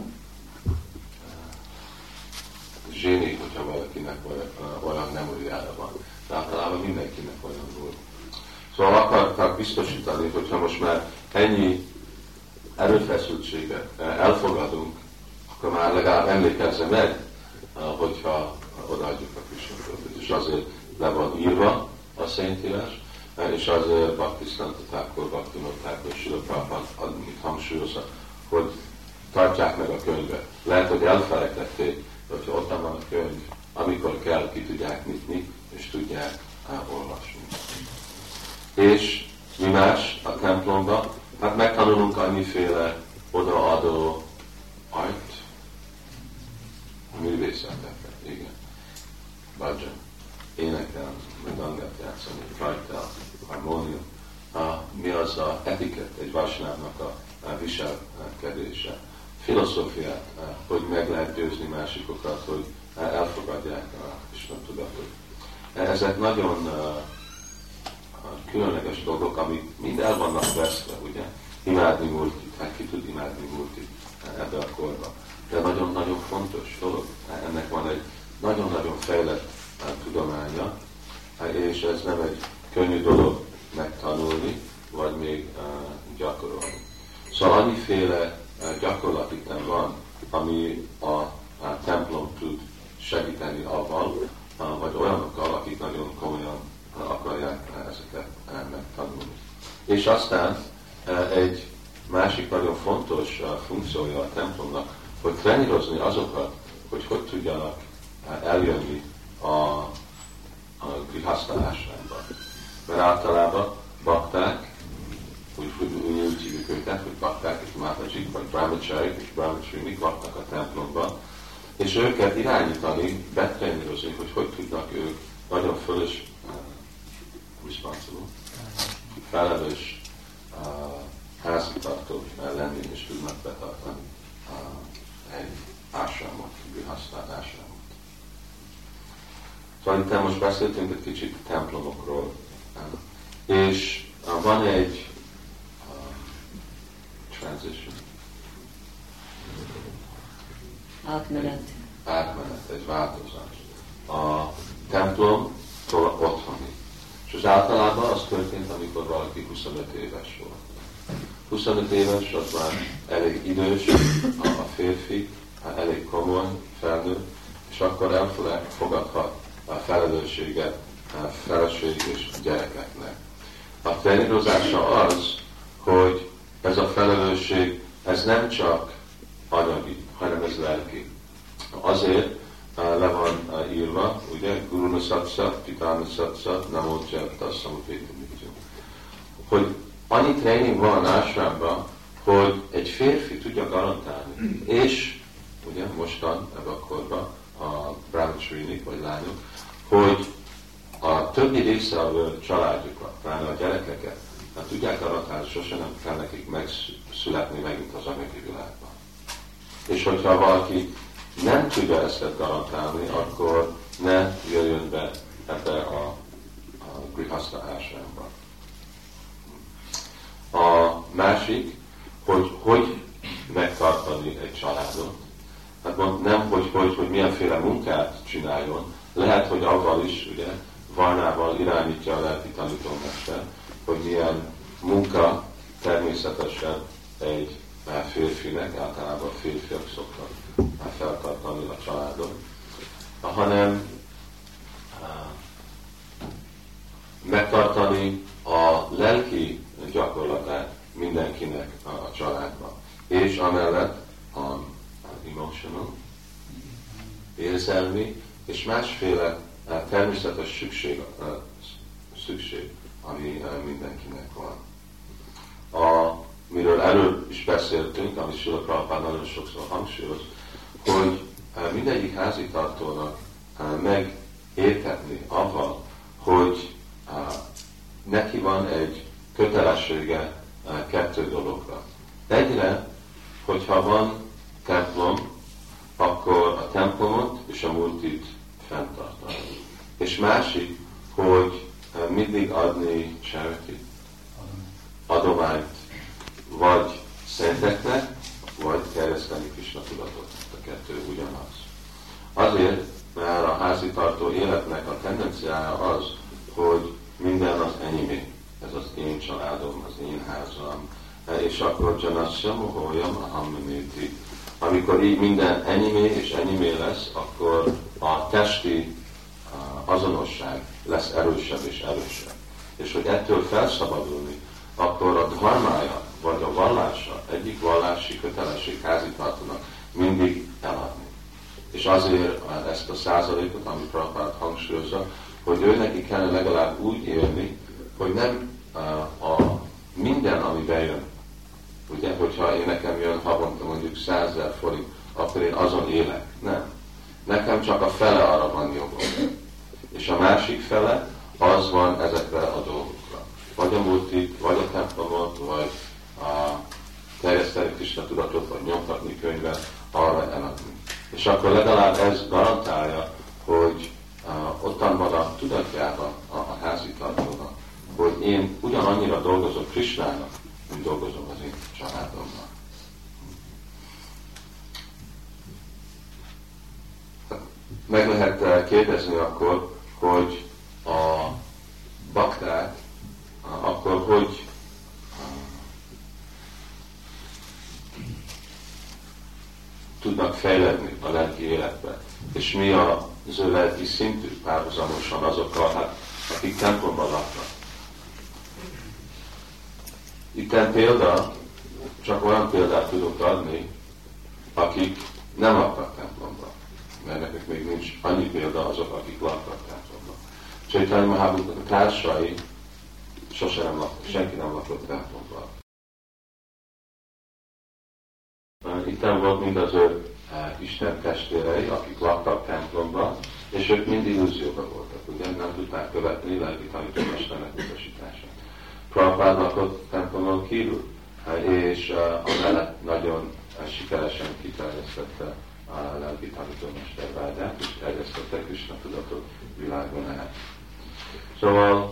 zséni, hogyha valakinek olyan memóriája van. De általában mindenkinek olyan volt. Szóval akartak biztosítani, hogyha most már ennyi erőfeszültséget elfogadunk, akkor már legalább emlékezze meg, hogyha odaadjuk a Krisna-töltőt. És azért le van írva a Szentírás, és azért Bhaktisztanta Thakur, Bhaktivinoda Thakur, Srila Prabhupada hangsúlyozza, hogy tartják meg a könyvet. Lehet, hogy elfelejtették, hogyha ott van a könyv, amikor kell, ki tudják nyitni, és tudják olvasni. És mi más a templomban? Hát megtanulunk annyiféle odaadó art, művészeteket, igen. Bhajan, énekel, mridangát játszani, rajta, harmónium. Mi az a etiket, egy vasnának a viselkedése. Filozófiát, hogy meg lehet győzni másikokat, hogy elfogadják a Isten tudatot. Ezek nagyon különleges dolgok, amik mind el vannak veszve, ugye? Imádni Murtit, hát ki tud imádni Murtit ebbe a korba. De nagyon-nagyon fontos dolog. Ennek van egy nagyon-nagyon fejlett tudománya, és ez nem egy könnyű dolog megtanulni, vagy még gyakorolni. Szóval annyiféle gyakorlatikben van, ami a templom tud segíteni avval, vagy olyanokkal, akik nagyon komolyan akarják ezeket megtanulni. És aztán egy másik nagyon fontos funkciója a templomnak, hogy trenírozni azokat, hogy tudjanak eljönni a grihaszta ásrányba. Mert általában bakták, úgy hívjuk őket, hogy bakták és mátajik, vagy brahmacharik és brahmacharik laknak a templomban, és őket irányítani, betrenírozni, hogy tudnak ők nagyon felelős háztartók lenni, és tudnak betartani egy ásrámot, grihaszta ásrámot. Szóval itt most beszéltünk egy kicsit a templomokról, és van egy transition. Átmenet, egy változás. A templomtól otthoni. És az általában az történt, amikor valaki 25 éves volt. 25 éves, az már elég idős, a férfi, elég komoly, felnőtt, és akkor elfogadhat a felelősséget a feleség és gyerekeknek. A trenírozása az, hogy ez a felelősség, ez nem csak anyagi, hanem ez lelki. Azért le van írva, ugye, Guruna Satsa, Pitana Satsa, Namo Jata, Samupétumityu. Hogy annyi tréning van ásrámban, hogy egy férfi tudja garantálni. És ugye mostan, ebben a korban, a brahmacharinik vagy lányok, hogy a többi része a családjukat, pláne a gyerekeket, hát tudják garantálni, sosem nem kell nekik megszületni megint az anyagi világban. És hogyha valaki nem tudja ezt garantálni, akkor ne jöjjön be ebbe a grihaszta ásrámba. A másik, hogy megtartani egy családot. Hát nem, hogy milyenféle munkát csináljon, lehet, hogy avval is, ugye, Varnával irányítja a lelki tanítómester, hogy milyen munka természetesen egy férfinek, általában férfiak szoktak feltartani a családot, hanem megtartani a lelki gyakorlatát mindenkinek a családban. És amellett a emotional, érzelmi és másféle természetes szükség, ami mindenkinek van. Miről előbb is beszéltünk, amit Srila Prabhupada nagyon sokszor hangsúlyoz, hogy mindegyik házitartónak megértetni avval, hogy neki van egy kötelessége kettő dologra. Egyre, hogyha van templom, akkor a templomot és a Murtit fenntartani. És másik, hogy mindig adni charity, adományt vagy szenteknek, vagy terjeszteni Krisna tudatot. A kettő ugyanaz. Azért, mert a házitartó életnek a tendenciája az, hogy minden az enyémé. Ez az én családom, az én házam. És akkor Janasya Moholyam Ahamimiti. Amikor így minden enyémé és enyémé lesz, akkor a testi azonosság lesz erősebb és erősebb. És hogy ettől felszabadulni, akkor a dharmája, vagy a vallása, egyik vallási kötelesség házitartónak mindig eladni. És azért ezt a százalékot, amit Prabhupád hangsúlyozza, hogy ő neki kellene legalább úgy élni, hogy nem minden, ami bejön. Ugye, hogyha én nekem jön havonta mondjuk 100 000 forint, akkor én azon élek. Nem. Nekem csak a fele arra van jogom. És a másik fele, az van ezekre a dolgokra. Vagy a multit, vagy a templomot, vagy a terjeszteni Krisna tudatot, vagy nyomtatni könyvet, arra eladni. És akkor legalább ez garantálja, hogy ottan van a tudatjában a házitartónak, hogy én ugyanannyira dolgozok Krisnának, mint dolgozom az én családomnak. Meg lehet kérdezni akkor, hogy a bakták akkor hogy tudnak fejledni a lelki életbe, és mi az ő lelki szintű párhuzamosan azokkal, akik templomban laknak. Itten példa, csak olyan példát tudok adni, akik nem laknak templomban, mert nekik még nincs annyi példa azok, akik laknak templomban. Chaitanya Mahaprabhu társai sose nem laknak, senki nem lakott templomban. Itten volt mind az ő Isten testvérei, akik laktak templomban, és ők mind illúzióban voltak, ugye nem tudták követni lelki tanítómesternek utasítását. Prabhupád lakott templomon kívül, és amellett nagyon sikeresen kiterjesztette a lelki tanítómester vágyát, és terjesztette Krisna tudatot világon át. Szóval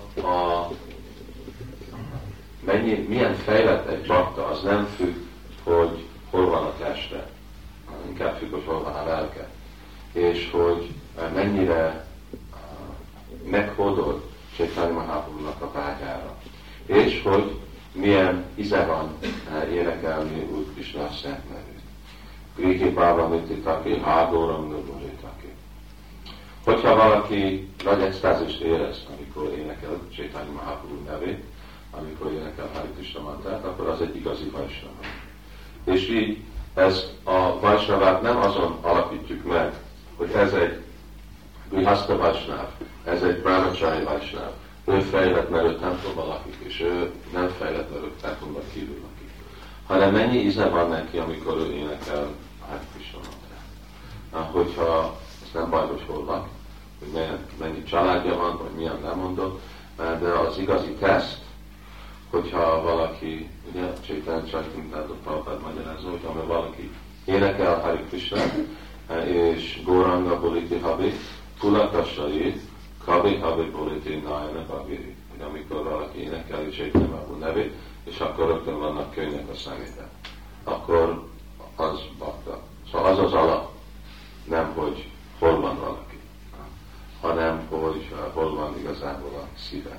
milyen fejlett egy bakta, az nem függ, hogy hol van a teste, inkább függ, hogy hol van a lelke, és hogy mennyire meghódol Chaitanya Mahaprabhunak a vágyára, és hogy milyen íze van énekelni Úr Krisna szent nevét. Griki Bába Mititaki, Hágóram Nöbulitaki. Hogyha valaki nagy extázist érez, amikor énekel Chaitanya Mahaprabhu nevét, amikor énekel Hare Krishna mantrát, akkor az egy igazi vajsnava. És így ez a vajsnavát nem azon alapítjuk meg, hogy ez egy grihaszta vajsnáv, ez egy brahmachari vajsnáv. Ő fejlett, mert ő templomban lakik, és ő nem fejlett, mert ő templomban kívül lakik. Hanem mennyi íze van neki, amikor ő énekel Hare Krishna mantrát. Hogyha ez nem baj, hogy hol lak, hogy mennyi családja van, vagy milyen lemondott, de az igazi teszt, hogyha valaki, ugye Chaitanya Charitamrita Prabhupád magyarázza, hogyha valaki énekel Hare Krishna, és Gauranga Boliti Habi, Tulakasai, Kavi Habi Boliti Nayana Bhaviri. Amikor valaki énekeli Chaitanya Mahaprabhu nevét, és akkor rögtön vannak könnyek a szemében. Akkor az bakta. Szóval az az alap, nem hogy hol van valaki, hanem hogy hol van igazából a szíve.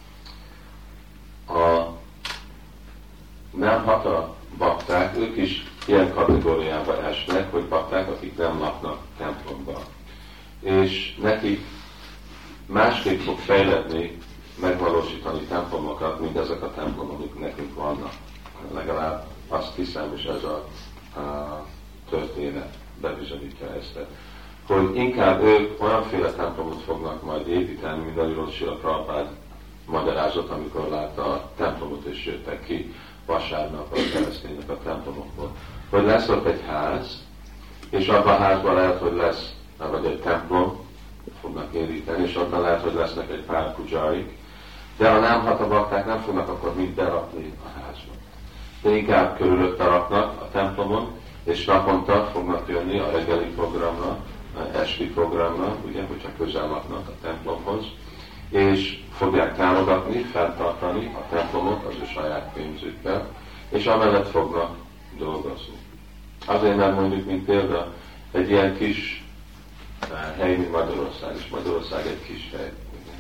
A nem hata bakták, ők is ilyen kategóriába esnek, hogy bakták, akik nem laknak templomban. És nekik másképp fog fejledni, megvalósítani templomokat, mint ezek a templomok, amik nekünk vannak. Legalább azt hiszem, és ez a történet bebizonyítja ezt, hogy inkább ők olyanféle templomot fognak majd építeni, mint amiről Srila Prabhupád magyarázott, amikor látta a templomot, és jöttek ki vasárnap a keresztények a templomokból. Hogy lesz ott egy ház, és abban a házban lehet, hogy lesz, vagy egy templom, fognak építeni, és onnan lehet, hogy lesznek egy pár pudzsáik, de a nem hata bakták nem fognak akkor mind berakni a házba. De inkább körülötte raknak a templomon, és naponta fognak jönni a reggeli programra, esti programra, ugye, hogyha közel laknak a templomhoz, és fogják támogatni, fenntartani a templomot az ő saját pénzükkel, és amellett fognak dolgozni. Azért nem mondjuk, mint példa, egy ilyen kis hely, mint Magyarország, és Magyarország egy kis hely.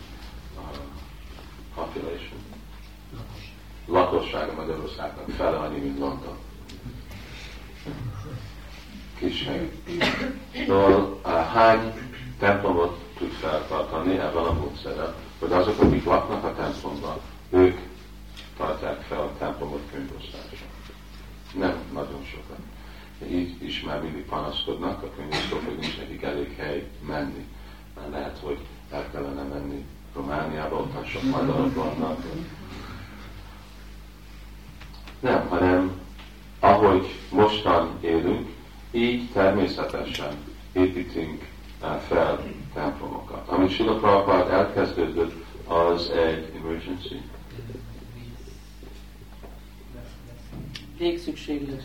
Population. Lakossága Magyarországnak fele annyi, mint London. Kis hely. Szóval hány templomot tud feltartani ebben a módszerrel, hogy azok, akik laknak a templomban, ők tartják fel a templomot könyvosztásra. Nem nagyon sokat. Így is már mindig panaszkodnak a könyvosztók, hogy nincs nekik elég hely menni. Mert lehet, hogy el kellene menni Romániába, ott sok magyarok vannak. Nem, hanem ahogy mostan élünk, így természetesen építünk fel templomokat. Amit Srila Prabhupád elkezdődött, az egy emergency. Végszükség.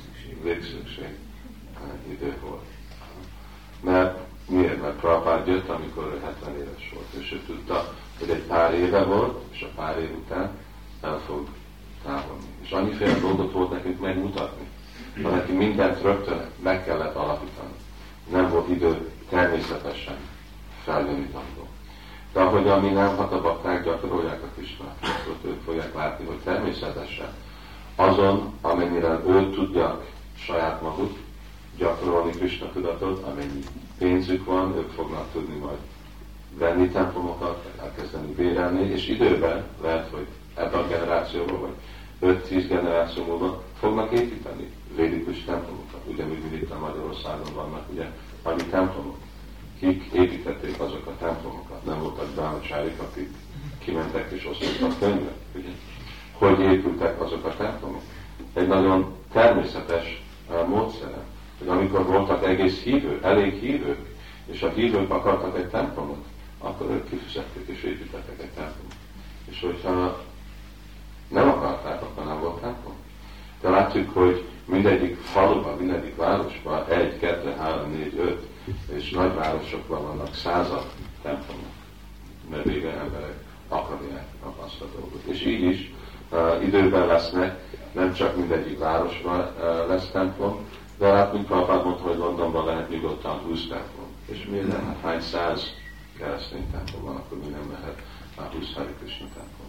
Idő volt. Mert miért? Mert Prabhupád jött, amikor ő 70 éves volt, és ő tudta, hogy egy pár éve volt, és a pár év után el fog távolni. És annyiféle dolgot volt nekünk megmutatni, hogy neki mindent rögtön meg kellett alapítani. Nem volt idő természetesen feljönni tanuló. De ahogyan mi nem hatabakták gyakorolják a Krisnát, akkor ők fogják látni, hogy természetesen azon, amennyire ők tudják saját maguk gyakorolni Krisna tudatot, amennyi pénzük van, ők fognak tudni majd venni templomokat, elkezdeni bérelni, és időben lehet, hogy ebben a generációban, vagy 5-10 generáció múlva fognak építeni védikus templomokat. Ugyanúgy, mint itt a Magyarországon vannak ugye annyi templomok. Kik építették azok a templomokat? Nem voltak brahmacsárik, akik kimentek és osztottak könyvet. Ugye? Hogy épültek azok a templomok? Egy nagyon természetes módszere, hogy amikor voltak egész elég hívők, és a hívők akartak egy templomot, akkor ők kifizették és építettek egy templomot. És hogyha nem akarták, akkor nem volt templom. De látjuk, hogy mindegyik faluban, mindegyik városban 1, 2, 3, 4, 5, és nagyvárosokban vannak 100 templomok, mert végre emberek akarják azt a dolgot. És így is időben lesznek, nem csak mindegyik városban lesz templom, de látunk, Prabhupád mondta, hogy Londonban lehet nyugodtan 20 templom. És miért nem? Hát hány 100 keresztény templom van, akkor mi nem lehet 20 Hare Krishna templom.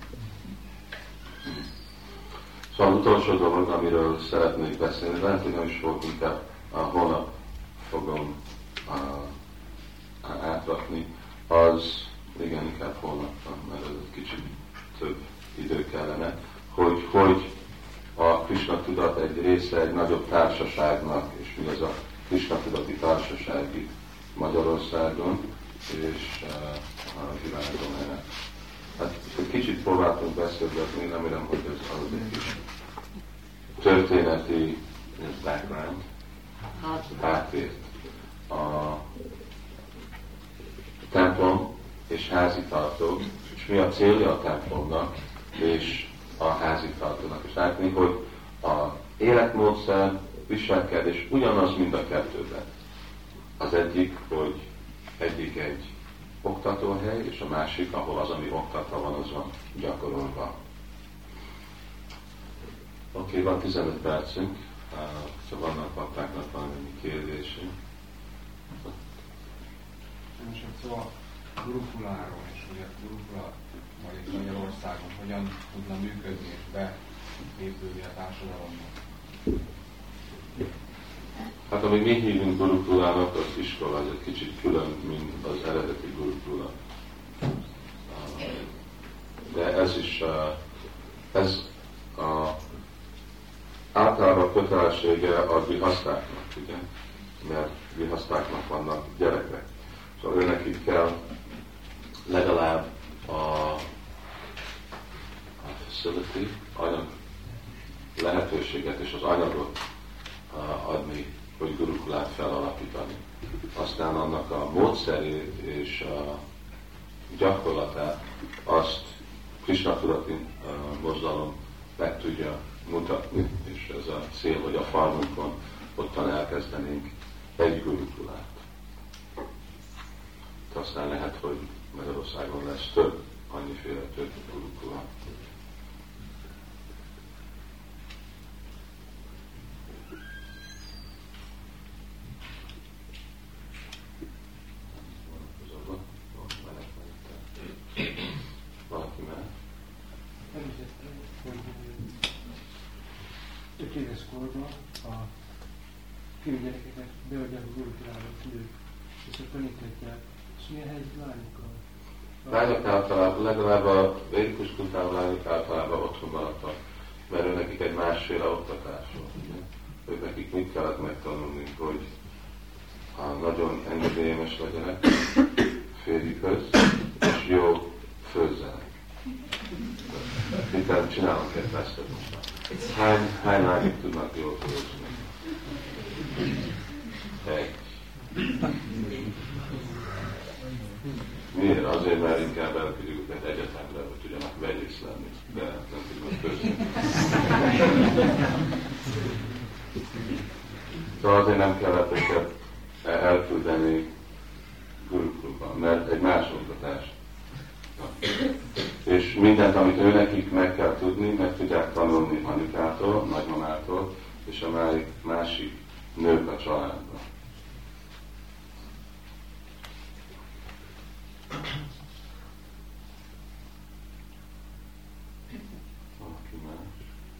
Szóval az utolsó dolog, amiről szeretnék beszélni, lehet, hogy nem is volt, inkább holnap fogom átrakni, az igen, inkább holnap, mert ez egy kicsit több idő kellene, hogy a Krishna tudat egy része egy nagyobb társaságnak, és mi az a Krishna tudati társaság itt Magyarországon, és a világon. Hát egy kicsit próbáltunk beszélgetni, remélem, hogy ez az egy kis történeti background, háttért. A templom és házitartók, és mi a célja a templomnak és a házitartónak. És látni, hogy a életmódszer, viselkedés ugyanaz mind a kettőben. Az egyik, hogy egyik egy oktatóhely, és a másik, ahol az, ami oktatva van, az van gyakorolva. Oké, van 15 percünk, ha vannak baktáknak valamennyi kérdésünk. Most szóval gurukuláról, és ugye gurukula majd Magyarországon hogyan tudna működni és beépülni a társadalomba? Hát amit mi hívunk gurukulának, az iskola, az egy kicsit külön, mint az eredeti gurukula. De ez is, ez általában kötelessége a grihasztáknak, ugye? Mert grihasztáknak vannak gyerekek. Szóval őnekik kell legalább a facility, anyag lehetőséget és az anyagot adni, hogy gurukulát felalapítani. Aztán annak a módszerét és a gyakorlatát azt Krishna tudati mozdalom meg tudja mutatni, és ez a cél, hogy a farmunkon ottan elkezdenénk egy gurukulát. Aztán lehet, hogy Magyarországon lesz több annyiféle több gurukula. Valaki már? Említettem, hogy 5 éves korban a fiúgyerekeket beadják a gurukulába szülők, és ott taníthatják. És milyen helyzet lányokkal? Lányok általában, legalább a védikus kultúrában lányok általában otthon maradtak, mert ő nekik egy másféle oktatás volt. Ők nekik mit kellett megtanulni, hogy nagyon engedélyes legyenek férjükhöz, és jó főzzenek. Mit csinálunk egy tesztet? Hány lányok tudnak jól főzni? Egy. Miért? Azért, mert inkább elküldjük őket egyetemre, hogy tudjanak vegyész lenni, de nem tudnak főzni. Szóval azért nem kellett őket elküldeni gurukulba, mert egy más oktatás. És mindent, amit ő nekik meg kell tudni, meg tudják tanulni anyukától, nagymamától, és a másik nők a családban. Valaki más?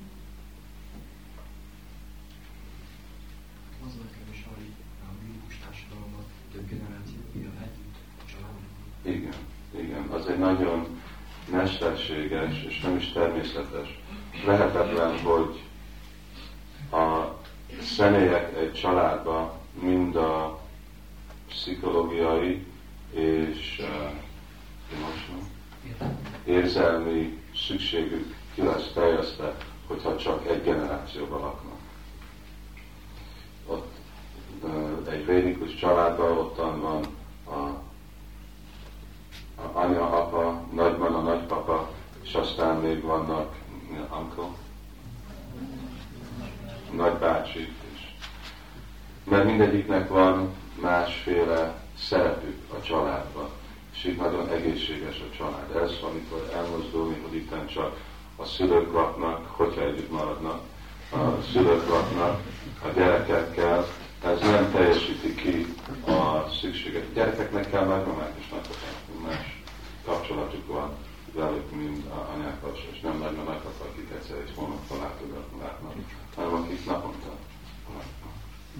Az nekem is, hogy a bíbus társadalomban több generáció él együtt a családban. Igen, az egy nagyon mesterséges és nem is természetes. Lehetetlen, hogy a személyek egy családban mind a pszichológiai és érzelmi szükségük ki lesz teljesztve, hogyha csak egy generációban laknak. Ott egy védikus családban ottan van a anya, apa, nagymama, nagypapa, és aztán még vannak uncle, nagybácsik is. Mert mindegyiknek van másféle szerepük a családban, és itt nagyon egészséges a család. Ez, amikor elmozdulni, hogy itten csak a szülők laknak, hogyha együtt maradnak, a szülők laknak a gyerekekkel, ez nem teljesíti ki a szükséget. A gyerekeknek kell nagymamák és nagypapák, más kapcsolatuk van velük, mint a anyákkal, és nem nagymamák, akik egyszer egy hónapban látnak, hanem akik naponta látnak.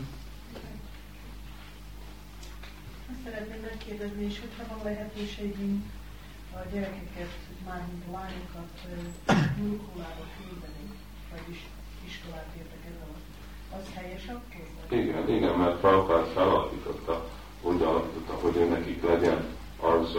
Azt szeretném megkérdezni, és hogyha van lehetőségünk a gyerekeket, mármint a lányokat gurukulába küldeni, vagyis iskolát értek ez alatt, az helyes akkor? Igen, mert Prabhupád úgy alakította, hogy ő nekik legyen az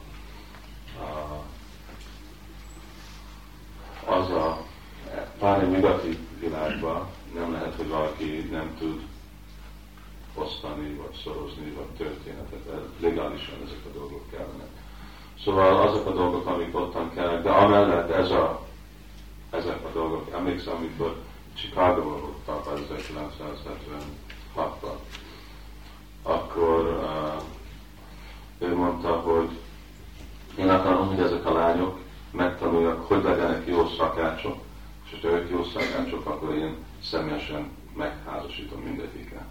a pár nyugati világban nem lehet, hogy valaki nem tud osztani, vagy szorozni, vagy történetet. Legálisan ezek a dolgok kellenek. Szóval azok a dolgok, amik ottan kellene, de amellett ezek a dolgok. Emlékszem, amikor Chicago-ban voltak 1976-ban, akkor ő mondta, hogy én akarom, hogy ezek a lányok megtanuljak, hogy legyenek jó szakácsok, és ha ők jó szakácsok, akkor én személyesen megházasítom mindegyiket.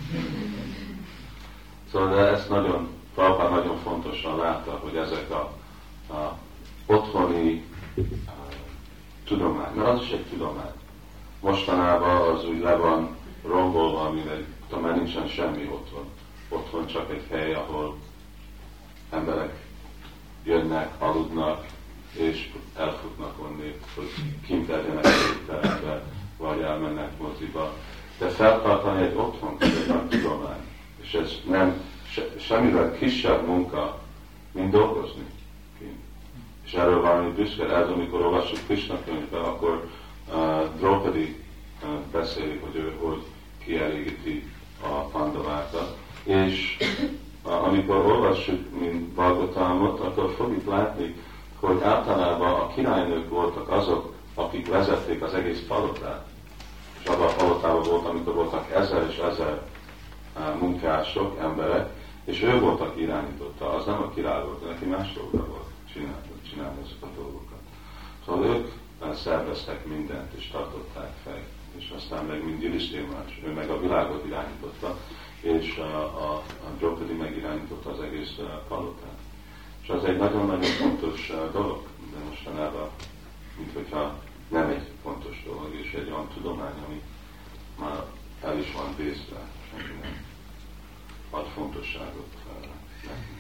Szóval de ezt Prabhupád nagyon fontosan látta, hogy ezek a otthoni tudomány, mert az is egy tudomány. Mostanában az úgy le van rombolva, aminek már nincsen semmi otthon. Otthon csak egy hely, ahol emberek jönnek, aludnak, és elfutnak onnét, hogy kint legyenek étterembe, vagy elmennek moziba. De feltartani egy otthon, ez egy nagy tudomány. És ez nem semmivel kisebb munka, mint dolgozni kint. És erről valami büszke, ez amikor olvassuk Krishna könyvben, akkor Draupadi beszéli, hogy ő hogy kielégíti a pandavákat. És amikor olvassuk, mint Bhagavatamot, akkor fogjuk látni, hogy általában a királynők voltak azok, akik vezették az egész palotát. És abban a palotában volt, amikor voltak 1000 és 1000 munkások, emberek, és ő volt, aki irányította, az nem a király volt, neki más dolga volt csinálni ezek a dolgokat. Szóval ők szerveztek mindent, és tartották fel, és aztán meg mind Judisztír más, ő meg a világot irányította, és a Draupadi megirányította az egész palotát. És az egy nagyon-nagyon fontos dolog, de mostanában, mint hogyha nem egy fontos dolog, és egy olyan tudomány, ami már el is van vészve, senki nem ad fontosságot neki.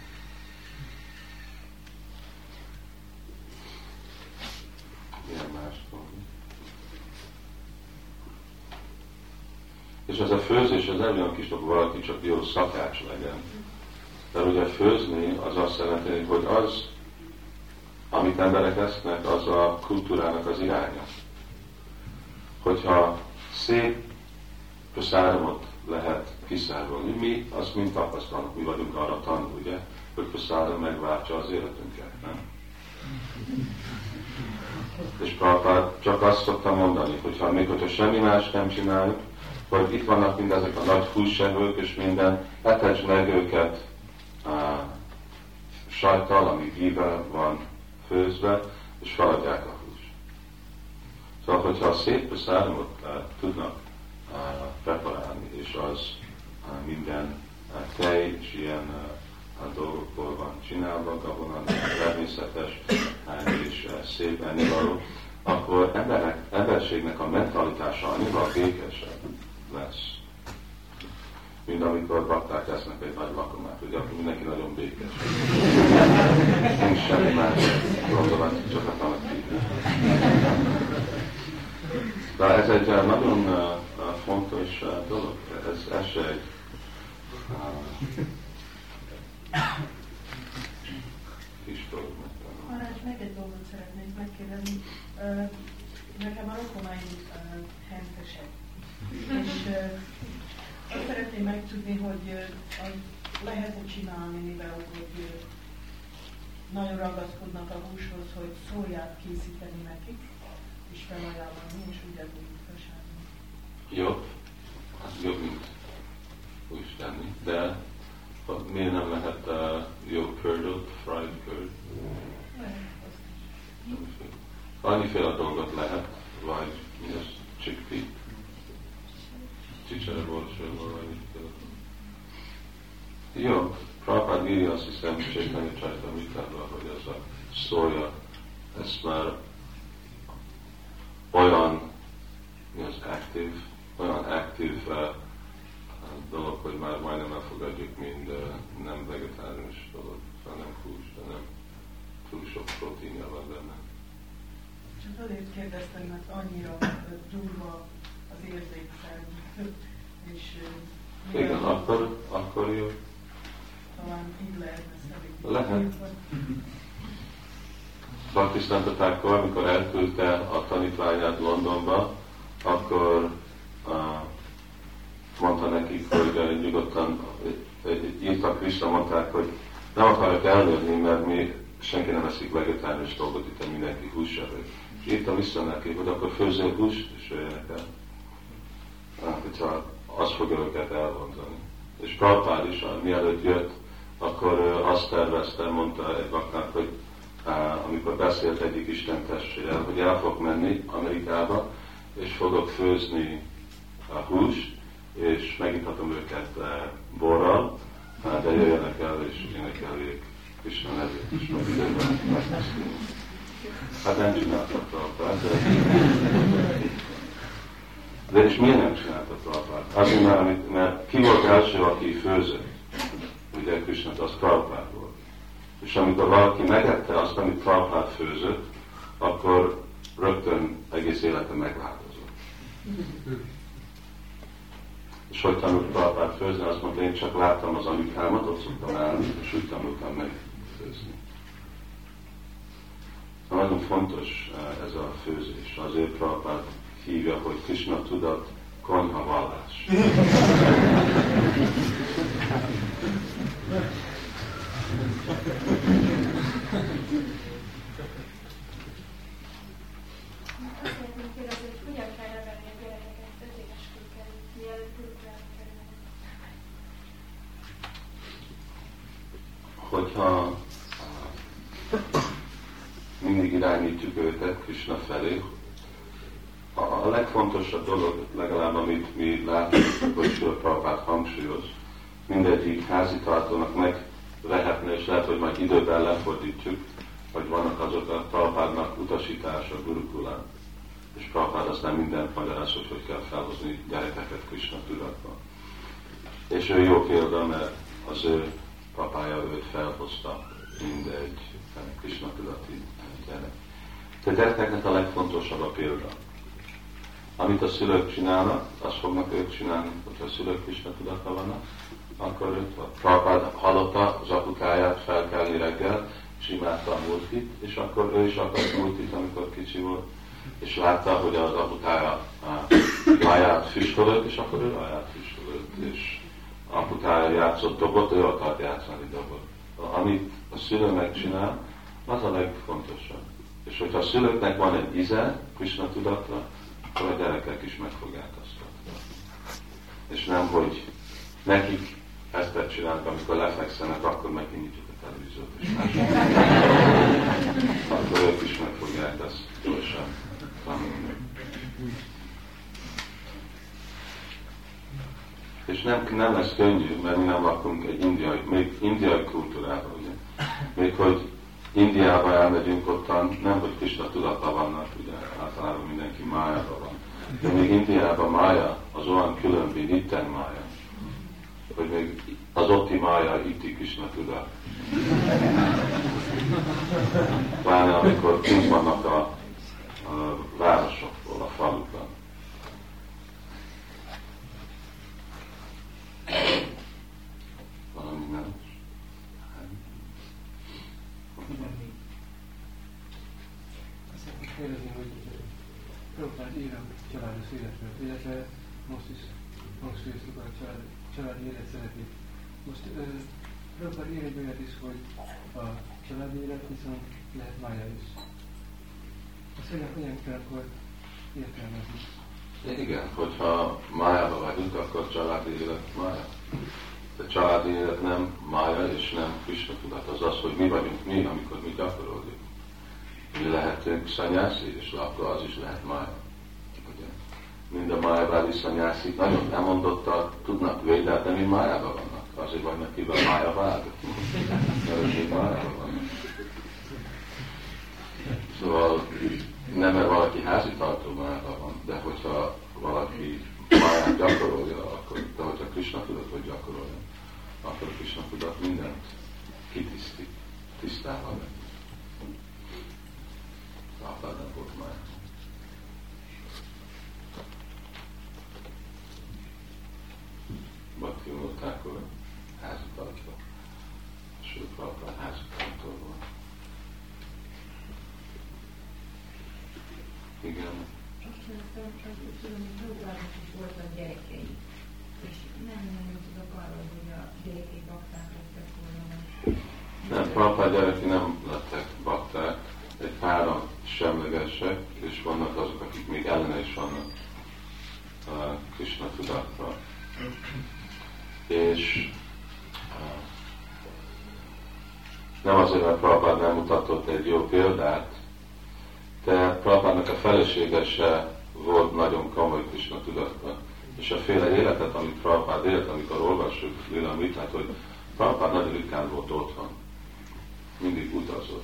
Ilyen más dolog. És ez a főzés, az nem olyan kis dolog, valaki csak jó szakács legyen. De ugye főzni az azt jelenti, hogy az, amit emberek esznek, az a kultúrának az iránya. Hogyha szép praszáramot lehet kiszárolni, mi azt mind tapasztalunk, mi vagyunk arra tanul, ugye, hogy praszáram megváltja az életünket, nem? És Prabhupád csak azt szoktam mondani, hogyha még hogyha semmi más nem csináljuk, hogy itt vannak mindezek a nagy húsevők és minden, etegy meg őket sajttal, ami gível van főzve, és feladják a húst. Szóval, hogyha a szép praszáramot tudnak preparálni, és az minden tej és ilyen dolgokból van csinálva, gabona, természetes és szép ennivaló, akkor emberségnek a mentalitása annyival békesebb lesz, mint amikor bakták esznek egy nagy lakomát, ugye akkor mindenki nagyon békes. Nincs semmi más gondolat, csak a tanakítás. De ez egy nagyon fontos dolog, ez se egy kis dolog. Marács, meg egy dolgot szeretnék megkérdezni. Nekem a rokonáim hentesek. És azt szeretném megtudni, hogy lehet-e csinálni, mivel hogy nagyon ragaszkodnak a húshoz, hogy szóját készíteni nekik, és felajánlani, és ugyanúgy fasálni. Jobb, az jobb, mint úgy tenni, de miért nem lehet jó kördöt, fried curd? Annyiféle dolgot lehet, vagy mi az chickpea? Csicsereborcsőból, vagy annyiféle. Jó, Prabhupád írja, azt hiszem, Chaitanya Charitamritában, hogy ez a szója, ez már olyan, mi az olyan aktív dolog, hogy már majdnem elfogadjuk, mint nem vegetárius dolog, nem hús, de nem túl sok proteinja van benne. Csak azért kérdeztem, mert annyira durva az érzékszerv, és igen, akkor jó. talán így lehetne szerint. Lehet. Bhaktisztántatákkor, amikor elküldte a tanítványát Londonba, akkor mondta nekik, hogy nyugodtan írtak Krishna, mondták, hogy nem akarok elérni, mert mi senki nem eszik vegetárius dolgot, itt mindenki húsevő. És írtam vissza neki, hogy akkor főzzél húst, és jöjjenek el. Hogyha azt fogja őket elvonzani. És Prabhupád is, mielőtt jött, akkor azt tervezte, mondta egy baknak, hogy amikor beszélt egyik istentestvével, hogy el fog menni Amerikába, és fogok főzni a húst, és megíthatom őket borral, de jöjjenek el, és énekeljék Krishna nevét, és meg időben megtisztulni. Hát nem csináltak Prabhupád, de és miért nem csináltak Prabhupád? Azért, mert ki volt első, aki főzött? Ugye Krishnát, az Prabhupád volt. És amikor valaki megette azt, amit Prabhupád főzött, akkor rögtön egész élete megváltozott. És hogy tanult Prabhupád főzni, azt mondta, én csak láttam az anyukámat, ott szoktam állni, és úgy tanultam meg főzni. Nagyon fontos ez a főzés. Azért Prabhupád hívja, hogy Krishna tudat, konyha vallás. Hogyha irányítjuk őket Krishna felé. A legfontosabb dolog, legalább amit mi látunk, hogy Srila Prabhupád hangsúlyoz, mindegyik házitartónak megvehetne, és lehet, hogy majd időben lefordítjuk, hogy vannak azok a Prabhupádnak utasítása Gurukulán. És Prabhupád aztán mindent magyaráz, hogy kell felhozni gyerekeket Krishna tudatba. És ő jó példa, mert az ő papája őt felhozta, mindegy Krishna tudati gyerek. De gyerekeknek a legfontosabb a példa. Amit a szülők csinálnak, azt fognak ők csinálni, hogyha a szülők Krishna tudatban vannak, akkor őt Prabhupád hallotta az apukáját felkelni reggel, és imádta a multit, és akkor ő is akart multit, amikor kicsi volt, és látta, hogy az apukája máját füstölött, és akkor ő máját füstölött, és apukája játszott dobot, ő akart játszani dobot. Amit a szülő megcsinál, az a legfontosabb. És hogyha a szülőknek van egy íze Krishna tudatra, akkor a gyerekek is meg fogják azt kapni. És nem, hogy nekik ezt csinálnak, amikor lefekszenek, akkor megkinyitjuk a televíziót, és akkor ők is meg fogják ezt gyorsan tanulni. És nem lesz könnyű, mert mi nem lakunk egy indiai kultúrában, ugye. Még hogy Indiába elmegyünk, ottan nem, hogy Krishna tudatban vannak, ugye általában mindenki májában van. De még Indiában mája az olyan külön, mint itten mája, hogy még az otti mája itti Krishna tudat. Pláne amikor kint vannak a városokból, a falukban. Valami nem? Azt szeretném kérdezni, hogy Prabhupád ír a családos életről, illetve most is hangsúlyoztuk a családi élet szeretét. Most Prabhupád ír egy olyat is, hogy a családi élet viszont lehet mája is. Azt hogyan kell akkor értelmezni? Igen, hogyha májában vagyunk, akkor családi élet mája. De családi élet nem mája és nem Krishna tudat. Az az, hogy mi vagyunk mi, amikor mi gyakoroljuk. Mi lehetünk szanyászi, és akkor az is lehet mája. Ugye? Mind a májabádi szanyászik nagyon lemondottak, tudnak védát, de mi májában vannak. Azért vannak kivel májavád. Mert még májában vannak. Szóval nem, mert valaki házitartó májában van, de hogyha valaki máját gyakorolja, akkor, de hogyha Krishna tudatot gyakorolja, akkor a Krishna tudat mindent kitisztít, tisztával meg. Prabhupád nem volt mája. Bhakti Vinod Thakur házitartó. Sőt, Prabhupád házitartó volt. Igen. Prabhupádnak is voltak gyerekei, és nem tudok arról, hogy a gyerekei bakták lettek volna. Nem, Prabhupád gyerekei nem lettek bakták, egy páran semlegesek, és vannak azok, akik még ellene is vannak a Krishna tudatra. És nem azért, mert Prabhupád nem mutatott egy jó példát, de Prabhupádnak a felesége se volt nagyon komoly Krishna tudatban. És a féle életet, amit Prabhupád élt, amikor olvassuk Lilamritát, hogy Prabhupád nagyon ritkán volt otthon. Mindig utazott.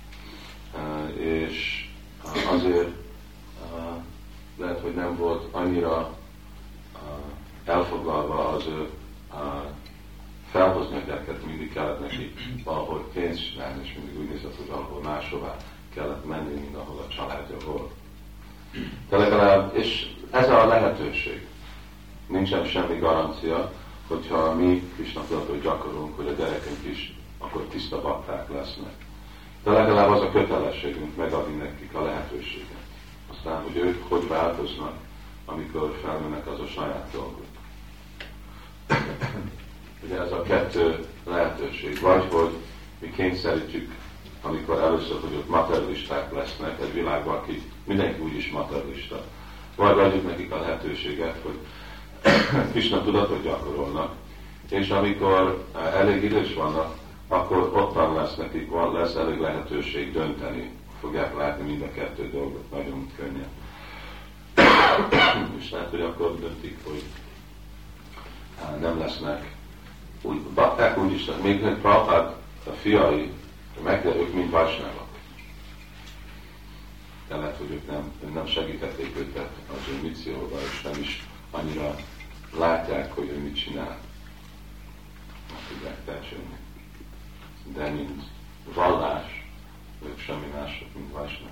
És azért lehet, hogy nem volt annyira elfoglalva az ő felhozni a gyereket, mindig kellett neki valahogy pénzt csinálni, és mindig úgy nézett, hogy valahol máshová kellett menni, mint ahol a családja volt. De legalább, és ez a lehetőség. Nincsen semmi garancia, hogyha mi Krishna tudatot gyakorolunk, hogy a gyerekünk is akkor tiszta bakták lesznek. De legalább az a kötelességünk megadni nekik a lehetőséget. Aztán, hogy ők hogy változnak, amikor felmennek az a saját dolguk. Ugye ez a kettő lehetőség. Vagy, hogy mi kényszerítjük, amikor először, hogy ott materialisták lesznek egy világban, aki mindenki úgyis materialista. Vagy adjuk nekik a lehetőséget, hogy Krishna tudatot gyakorolnak, és amikor elég idős vannak, akkor ottan lesz nekik, lesz elég lehetőség dönteni, fogják látni mind a kettő dolgot nagyon könnyen. És lehet, hogy akkor döntik, hogy nem lesznek úgy, bakták úgyis, még Prabhupád a fiai, ők mind vajsnávak. De lehet, hogy ők nem segítették őket az ő misszióval, és nem is annyira látják, hogy ő mit csinál. Nem tudják teljesülni. De mint vallás, ők semmi mások, mint vajsnávak.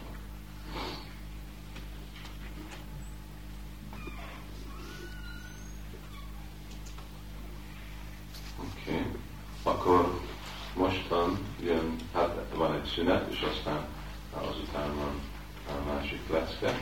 Oké. Akkor mostan jön, hát van egy szünet, és aztán azután van a másik lecke.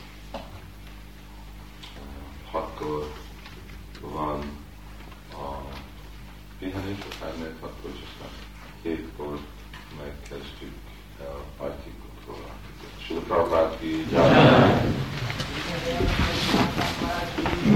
6-kor van a pihenés, akár még 6-kor, és aztán 7-kor megkezdjük el Artikot. Srila Prabhupád ki jai.